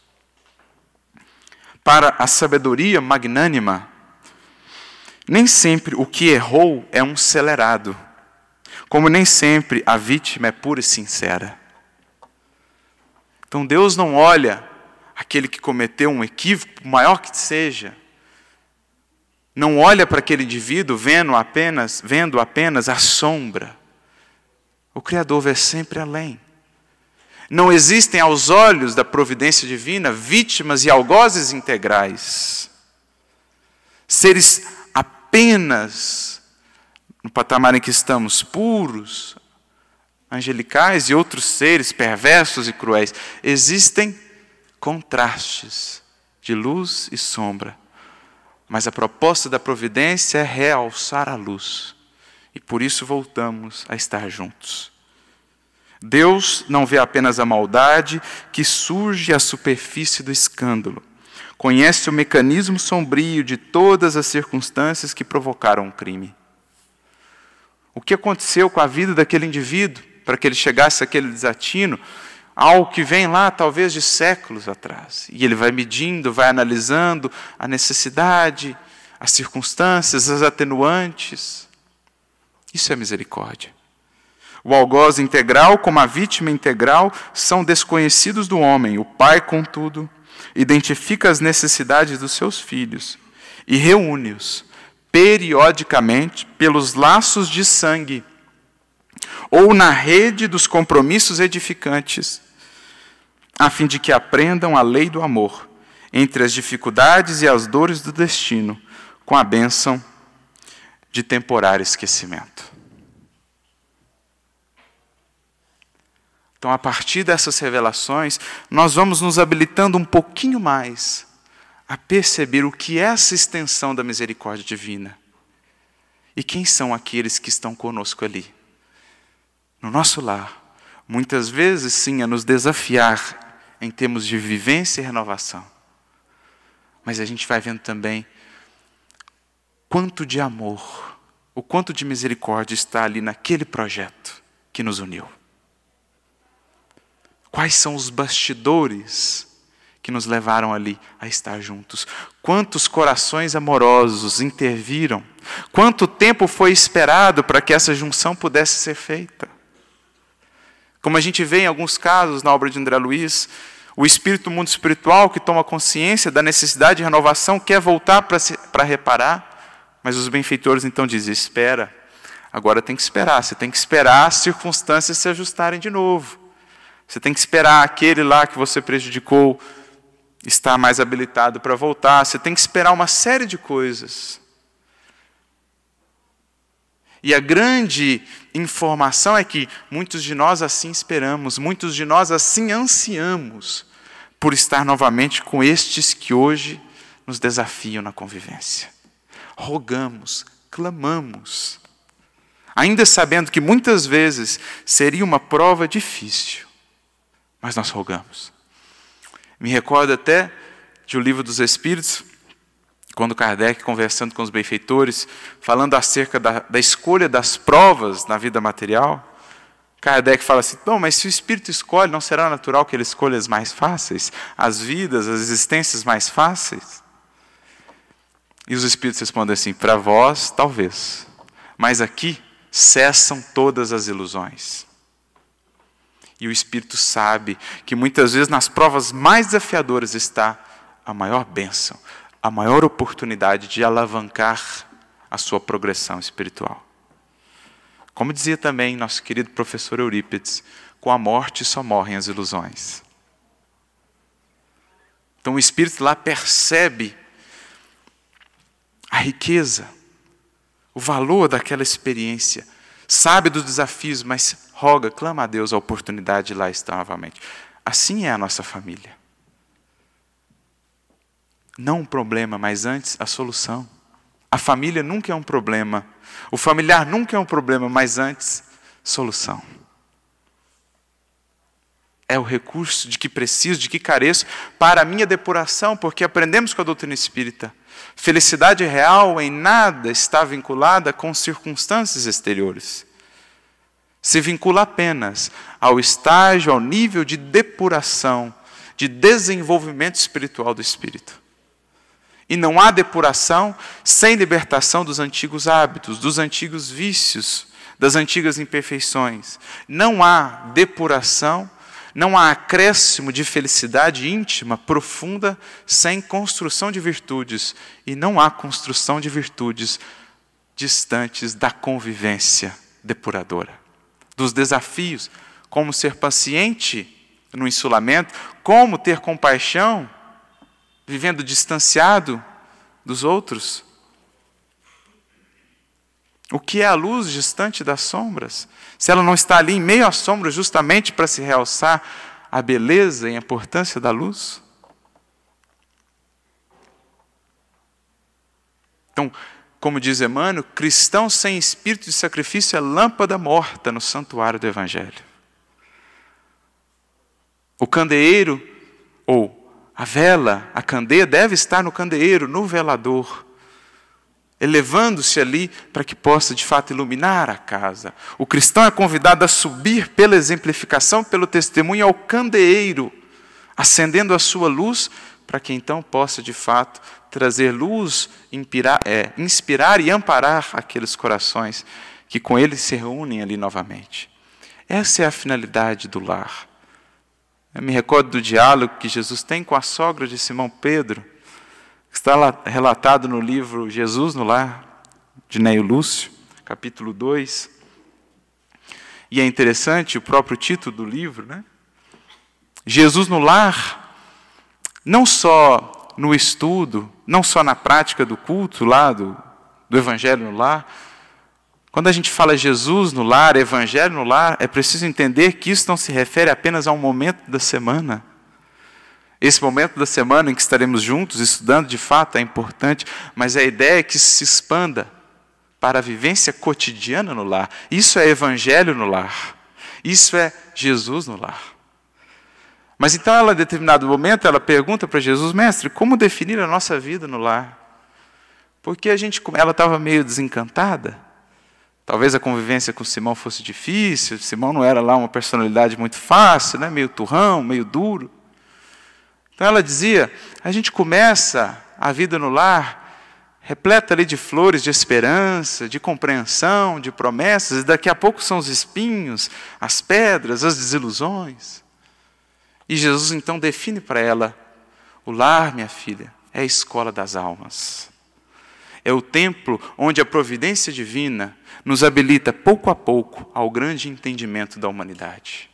Para a sabedoria magnânima, nem sempre o que errou é um celerado, como nem sempre a vítima é pura e sincera. Então Deus não olha aquele que cometeu um equívoco, maior que seja, não olha para aquele indivíduo vendo apenas, vendo apenas a sombra. O Criador vê sempre além. Não existem aos olhos da providência divina vítimas e algozes integrais. Seres apenas, no patamar em que estamos, puros, angelicais e outros seres perversos e cruéis. Existem contrastes de luz e sombra. Mas a proposta da providência é realçar a luz. E por isso voltamos a estar juntos. Deus não vê apenas a maldade que surge à superfície do escândalo. Conhece o mecanismo sombrio de todas as circunstâncias que provocaram o crime. O que aconteceu com a vida daquele indivíduo para que ele chegasse àquele desatino? Algo que vem lá, talvez, de séculos atrás. E ele vai medindo, vai analisando a necessidade, as circunstâncias, as atenuantes. Isso é misericórdia. O algoz integral, como a vítima integral, são desconhecidos do homem. O pai, contudo, identifica as necessidades dos seus filhos e reúne-os periodicamente pelos laços de sangue ou na rede dos compromissos edificantes, a fim de que aprendam a lei do amor entre as dificuldades e as dores do destino, com a bênção de temporário esquecimento. Então, a partir dessas revelações, nós vamos nos habilitando um pouquinho mais a perceber o que é essa extensão da misericórdia divina e quem são aqueles que estão conosco ali. No nosso lar, muitas vezes, sim, a nos desafiar em termos de vivência e renovação. Mas a gente vai vendo também quanto de amor, o quanto de misericórdia está ali naquele projeto que nos uniu. Quais são os bastidores que nos levaram ali a estar juntos? Quantos corações amorosos interviram? Quanto tempo foi esperado para que essa junção pudesse ser feita? Como a gente vê em alguns casos na obra de André Luiz, o espírito do mundo espiritual que toma consciência da necessidade de renovação quer voltar para para reparar, mas os benfeitores então dizem, espera, agora tem que esperar, você tem que esperar as circunstâncias se ajustarem de novo. Você tem que esperar aquele lá que você prejudicou estar mais habilitado para voltar, você tem que esperar uma série de coisas. E a grande informação é que muitos de nós assim esperamos, muitos de nós assim ansiamos por estar novamente com estes que hoje nos desafiam na convivência. Rogamos, clamamos, ainda sabendo que muitas vezes seria uma prova difícil, mas nós rogamos. Me recordo até de O Livro dos Espíritos, quando Kardec, conversando com os benfeitores, falando acerca da, da escolha das provas na vida material, Kardec fala assim, não, mas se o Espírito escolhe, não será natural que ele escolha as mais fáceis? As vidas, as existências mais fáceis? E os Espíritos respondem assim, para vós, talvez, mas aqui cessam todas as ilusões. E o Espírito sabe que muitas vezes nas provas mais desafiadoras está a maior bênção, a maior oportunidade de alavancar a sua progressão espiritual. Como dizia também nosso querido professor Eurípides, com a morte só morrem as ilusões. Então o Espírito lá percebe a riqueza, o valor daquela experiência, sabe dos desafios, mas roga, clama a Deus a oportunidade de lá estar novamente. Assim é a nossa família. Não um problema, mas antes a solução. A família nunca é um problema. O familiar nunca é um problema, mas antes, solução. É o recurso de que preciso, de que careço, para a minha depuração, porque aprendemos com a doutrina espírita. Felicidade real em nada está vinculada com circunstâncias exteriores. Se vincula apenas ao estágio, ao nível de depuração, de desenvolvimento espiritual do espírito. E não há depuração sem libertação dos antigos hábitos, dos antigos vícios, das antigas imperfeições. Não há depuração, não há acréscimo de felicidade íntima, profunda, sem construção de virtudes. E não há construção de virtudes distantes da convivência depuradora. Dos desafios, como ser paciente no insulamento, como ter compaixão, vivendo distanciado dos outros. O que é a luz distante das sombras? Se ela não está ali em meio às sombras justamente para se realçar a beleza e a importância da luz? Então, como diz Emmanuel, cristão sem espírito de sacrifício é lâmpada morta no santuário do Evangelho. O candeeiro, ou a vela, a candeia, deve estar no candeeiro, no velador, elevando-se ali para que possa, de fato, iluminar a casa. O cristão é convidado a subir pela exemplificação, pelo testemunho ao candeeiro, acendendo a sua luz, para que então possa, de fato, trazer luz, inspirar, é, inspirar e amparar aqueles corações que com ele se reúnem ali novamente. Essa é a finalidade do lar. Eu me recordo do diálogo que Jesus tem com a sogra de Simão Pedro, que está lá, relatado no livro Jesus no Lar, de Neio Lúcio, capítulo dois. E é interessante o próprio título do livro, né? Jesus no lar, não só no estudo, não só na prática do culto lá, do, do Evangelho no lar. Quando a gente fala Jesus no lar, Evangelho no lar, é preciso entender que isso não se refere apenas a um momento da semana. Esse momento da semana em que estaremos juntos, estudando de fato, é importante, mas a ideia é que se expanda para a vivência cotidiana no lar. Isso é Evangelho no lar. Isso é Jesus no lar. Mas então, ela, em determinado momento, ela pergunta para Jesus, mestre, como definir a nossa vida no lar? Porque a gente, ela estava meio desencantada. Talvez a convivência com Simão fosse difícil, Simão não era lá uma personalidade muito fácil, né? Meio turrão, meio duro. Então ela dizia, a gente começa a vida no lar, repleta ali de flores de esperança, de compreensão, de promessas, e daqui a pouco são os espinhos, as pedras, as desilusões. E Jesus então define para ela, o lar, minha filha, é a escola das almas. É o templo onde a providência divina nos habilita pouco a pouco ao grande entendimento da humanidade.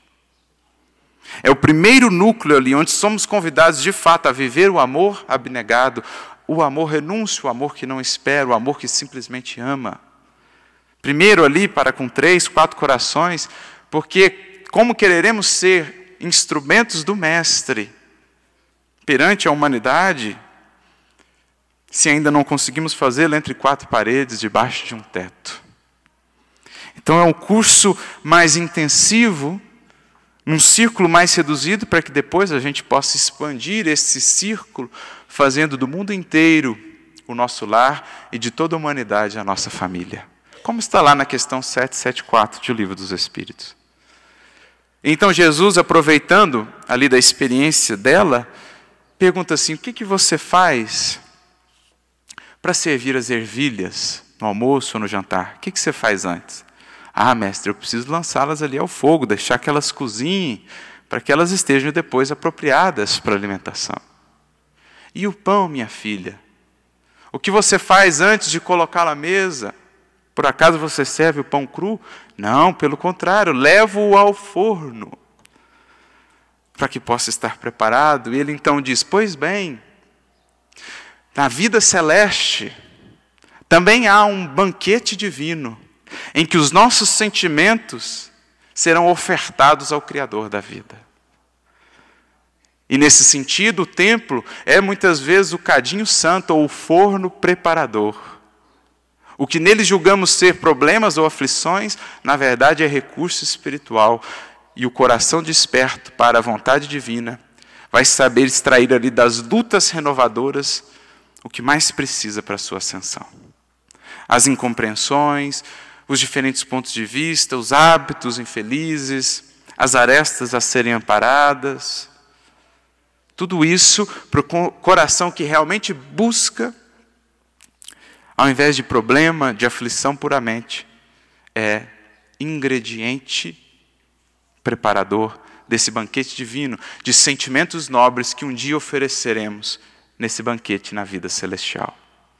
É o primeiro núcleo ali onde somos convidados de fato a viver o amor abnegado, o amor renúncio, o amor que não espera, o amor que simplesmente ama. Primeiro ali para com três, quatro corações, porque como quereremos ser instrumentos do Mestre perante a humanidade, se ainda não conseguimos fazê-lo entre quatro paredes, debaixo de um teto. Então é um curso mais intensivo num círculo mais reduzido, para que depois a gente possa expandir esse círculo, fazendo do mundo inteiro o nosso lar e de toda a humanidade a nossa família. Como está lá na questão setecentos e setenta e quatro de O Livro dos Espíritos. Então Jesus, aproveitando ali da experiência dela, pergunta assim: o que, que você faz para servir as ervilhas no almoço ou no jantar? O que, que você faz antes? Ah, mestre, eu preciso lançá-las ali ao fogo, deixar que elas cozinhem, para que elas estejam depois apropriadas para a alimentação. E o pão, minha filha? O que você faz antes de colocá-lo à mesa? Por acaso você serve o pão cru? Não, pelo contrário, levo-o ao forno, para que possa estar preparado. E ele então diz: pois bem, na vida celeste também há um banquete divino, em que os nossos sentimentos serão ofertados ao Criador da vida. E nesse sentido, o templo é muitas vezes o cadinho santo ou o forno preparador. O que neles julgamos ser problemas ou aflições, na verdade é recurso espiritual. E o coração desperto para a vontade divina vai saber extrair ali das lutas renovadoras o que mais precisa para a sua ascensão. As incompreensões, os diferentes pontos de vista, os hábitos infelizes, as arestas a serem amparadas. Tudo isso para o coração que realmente busca, ao invés de problema, de aflição puramente, é ingrediente preparador desse banquete divino, de sentimentos nobres que um dia ofereceremos nesse banquete na vida celestial.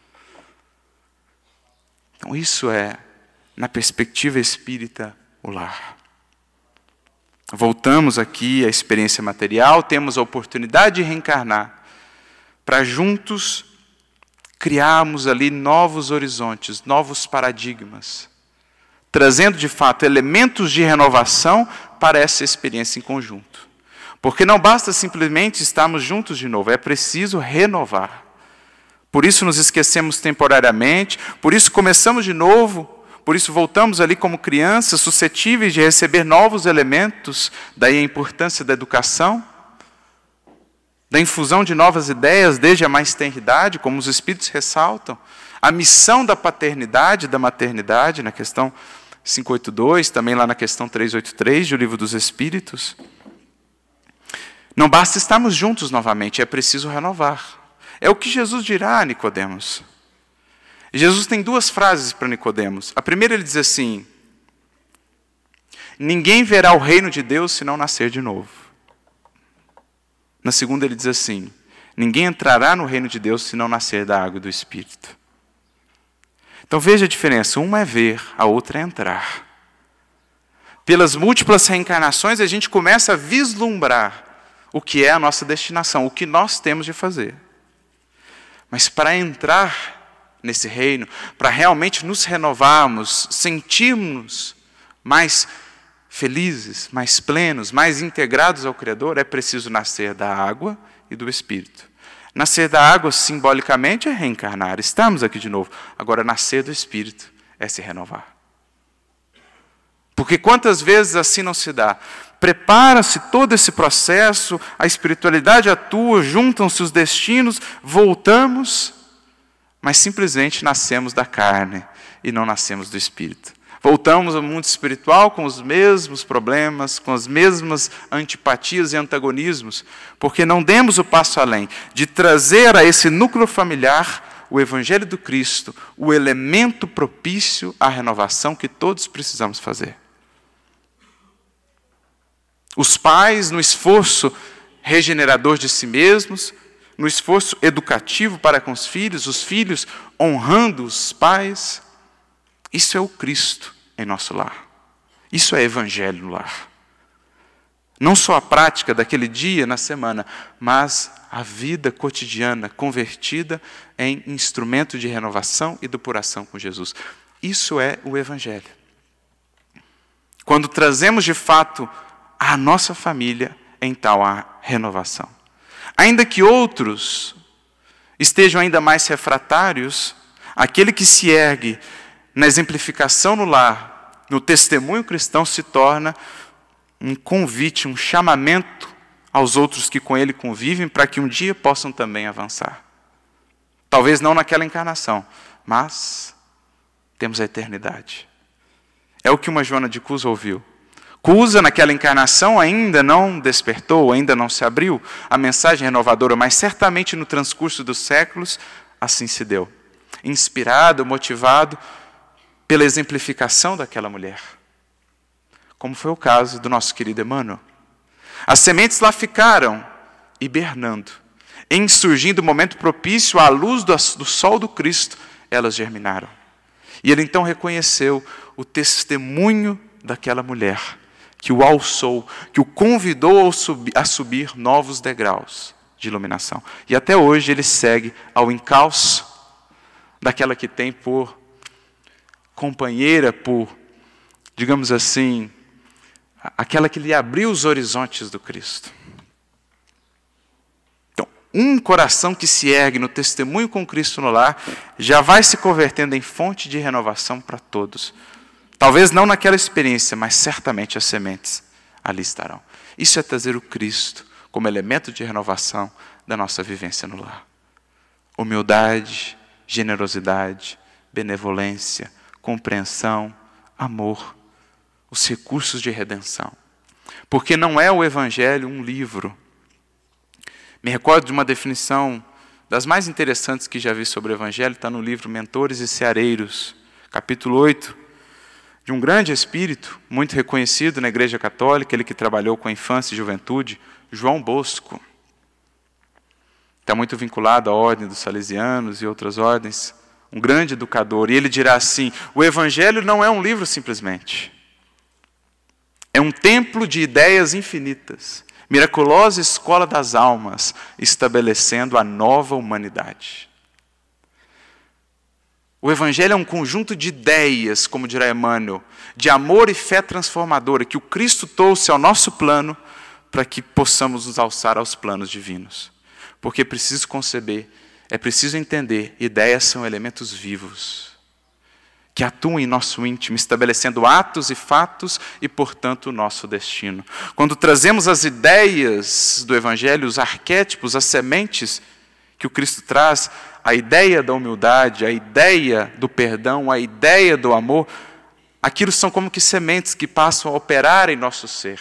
Então isso é, na perspectiva espírita, o lar. Voltamos aqui à experiência material, temos a oportunidade de reencarnar, para juntos criarmos ali novos horizontes, novos paradigmas, trazendo de fato elementos de renovação para essa experiência em conjunto. Porque não basta simplesmente estarmos juntos de novo, é preciso renovar. Por isso nos esquecemos temporariamente, por isso começamos de novo, por isso voltamos ali como crianças, suscetíveis de receber novos elementos, daí a importância da educação, da infusão de novas ideias desde a mais tenridade, como os Espíritos ressaltam, a missão da paternidade, da maternidade, na questão quinhentos e oitenta e dois, também lá na questão trezentos e oitenta e três do Livro dos Espíritos. Não basta estarmos juntos novamente, é preciso renovar. É o que Jesus dirá a Nicodemos. Jesus tem duas frases para Nicodemos. A primeira ele diz assim: ninguém verá o reino de Deus se não nascer de novo. Na segunda ele diz assim: ninguém entrará no reino de Deus se não nascer da água e do Espírito. Então veja a diferença, uma é ver, a outra é entrar. Pelas múltiplas reencarnações a gente começa a vislumbrar o que é a nossa destinação, o que nós temos de fazer. Mas para entrar nesse reino, para realmente nos renovarmos, sentirmos mais felizes, mais plenos, mais integrados ao Criador, é preciso nascer da água e do Espírito. Nascer da água, simbolicamente, é reencarnar. Estamos aqui de novo. Agora, nascer do Espírito é se renovar. Porque quantas vezes assim não se dá? Prepara-se todo esse processo, a espiritualidade atua, juntam-se os destinos, voltamos, mas simplesmente nascemos da carne e não nascemos do Espírito. Voltamos ao mundo espiritual com os mesmos problemas, com as mesmas antipatias e antagonismos, porque não demos o passo além de trazer a esse núcleo familiar o Evangelho do Cristo, o elemento propício à renovação que todos precisamos fazer. Os pais, no esforço regenerador de si mesmos, no esforço educativo para com os filhos, os filhos honrando os pais. Isso é o Cristo em nosso lar. Isso é Evangelho no lar. Não só a prática daquele dia na semana, mas a vida cotidiana convertida em instrumento de renovação e depuração com Jesus. Isso é o Evangelho. Quando trazemos de fato a nossa família, então há renovação. Ainda que outros estejam ainda mais refratários, aquele que se ergue na exemplificação no lar, no testemunho cristão, se torna um convite, um chamamento aos outros que com ele convivem para que um dia possam também avançar. Talvez não naquela encarnação, mas temos a eternidade. É o que uma Joana de Cusa ouviu. Cusa, naquela encarnação, ainda não despertou, ainda não se abriu a mensagem renovadora, mas certamente no transcurso dos séculos, assim se deu. Inspirado, motivado pela exemplificação daquela mulher. Como foi o caso do nosso querido Emmanuel. As sementes lá ficaram hibernando. Em surgindo o momento propício à luz do, do sol do Cristo, elas germinaram. E ele então reconheceu o testemunho daquela mulher, que o alçou, que o convidou a subir, a subir novos degraus de iluminação. E até hoje ele segue ao encalço daquela que tem por companheira, por, digamos assim, aquela que lhe abriu os horizontes do Cristo. Então, um coração que se ergue no testemunho com Cristo no lar, já vai se convertendo em fonte de renovação para todos. Talvez não naquela experiência, mas certamente as sementes ali estarão. Isso é trazer o Cristo como elemento de renovação da nossa vivência no lar. Humildade, generosidade, benevolência, compreensão, amor, os recursos de redenção. Porque não é o Evangelho um livro. Me recordo de uma definição das mais interessantes que já vi sobre o Evangelho, está no livro Mentores e Ceareiros, capítulo oito, de um grande espírito, muito reconhecido na Igreja Católica, ele que trabalhou com a infância e juventude, João Bosco. Está muito vinculado à ordem dos salesianos e outras ordens, um grande educador, e ele dirá assim: o Evangelho não é um livro simplesmente. É um templo de ideias infinitas, miraculosa escola das almas, estabelecendo a nova humanidade. O Evangelho é um conjunto de ideias, como dirá Emmanuel, de amor e fé transformadora, que o Cristo trouxe ao nosso plano para que possamos nos alçar aos planos divinos. Porque é preciso conceber, é preciso entender, ideias são elementos vivos, que atuam em nosso íntimo, estabelecendo atos e fatos e, portanto, o nosso destino. Quando trazemos as ideias do Evangelho, os arquétipos, as sementes que o Cristo traz, a ideia da humildade, a ideia do perdão, a ideia do amor, aquilo são como que sementes que passam a operar em nosso ser.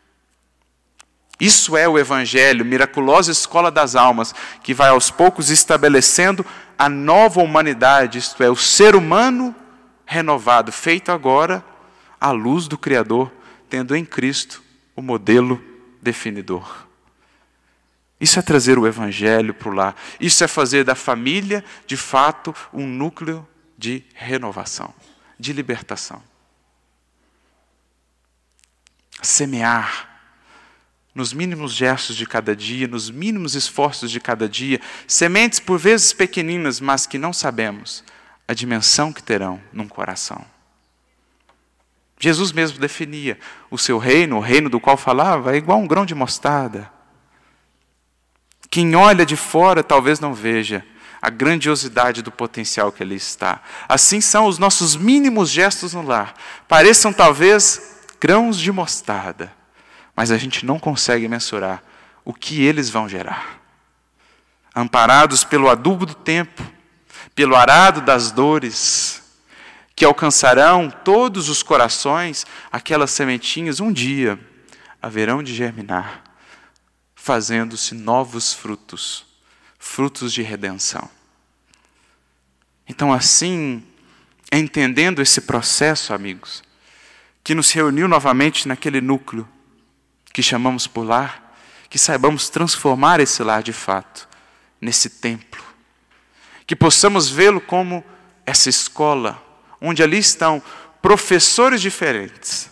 Isso é o Evangelho, miraculosa escola das almas, que vai aos poucos estabelecendo a nova humanidade, isto é, o ser humano renovado, feito agora à luz do Criador, tendo em Cristo o modelo definidor. Isso é trazer o Evangelho para o lar. Isso é fazer da família, de fato, um núcleo de renovação, de libertação. Semear nos mínimos gestos de cada dia, nos mínimos esforços de cada dia, sementes por vezes pequeninas, mas que não sabemos a dimensão que terão num coração. Jesus mesmo definia o seu reino, o reino do qual falava, é igual a um grão de mostarda. Quem olha de fora talvez não veja a grandiosidade do potencial que ali está. Assim são os nossos mínimos gestos no lar. Pareçam talvez grãos de mostarda, mas a gente não consegue mensurar o que eles vão gerar. Amparados pelo adubo do tempo, pelo arado das dores, que alcançarão todos os corações, aquelas sementinhas um dia haverão de germinar, fazendo-se novos frutos, frutos de redenção. Então, assim, entendendo esse processo, amigos, que nos reuniu novamente naquele núcleo que chamamos por lar, que saibamos transformar esse lar de fato nesse templo, que possamos vê-lo como essa escola, onde ali estão professores diferentes,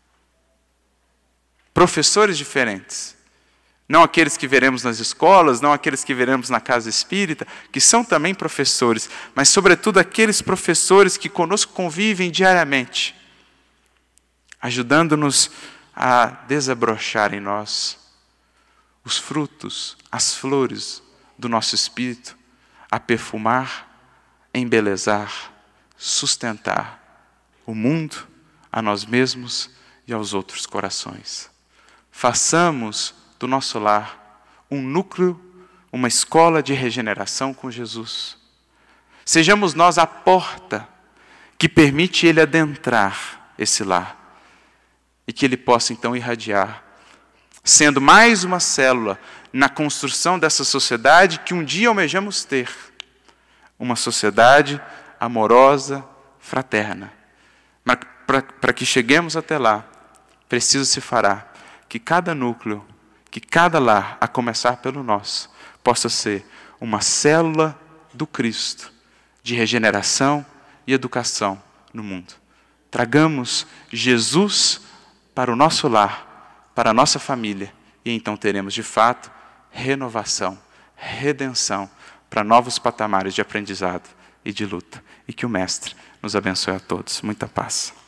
professores diferentes, não aqueles que veremos nas escolas, não aqueles que veremos na casa espírita, que são também professores, mas sobretudo aqueles professores que conosco convivem diariamente, ajudando-nos a desabrochar em nós os frutos, as flores do nosso espírito, a perfumar, embelezar, sustentar o mundo, a nós mesmos e aos outros corações. Façamos do nosso lar um núcleo, uma escola de regeneração com Jesus. Sejamos nós a porta que permite Ele adentrar esse lar e que Ele possa então irradiar, sendo mais uma célula na construção dessa sociedade que um dia almejamos ter. Uma sociedade amorosa, fraterna. Mas para que cheguemos até lá, preciso se fará que cada núcleo, que cada lar, a começar pelo nosso, possa ser uma célula do Cristo, de regeneração e educação no mundo. Tragamos Jesus para o nosso lar, para a nossa família, e então teremos de fato renovação, redenção, para novos patamares de aprendizado e de luta. E que o Mestre nos abençoe a todos. Muita paz.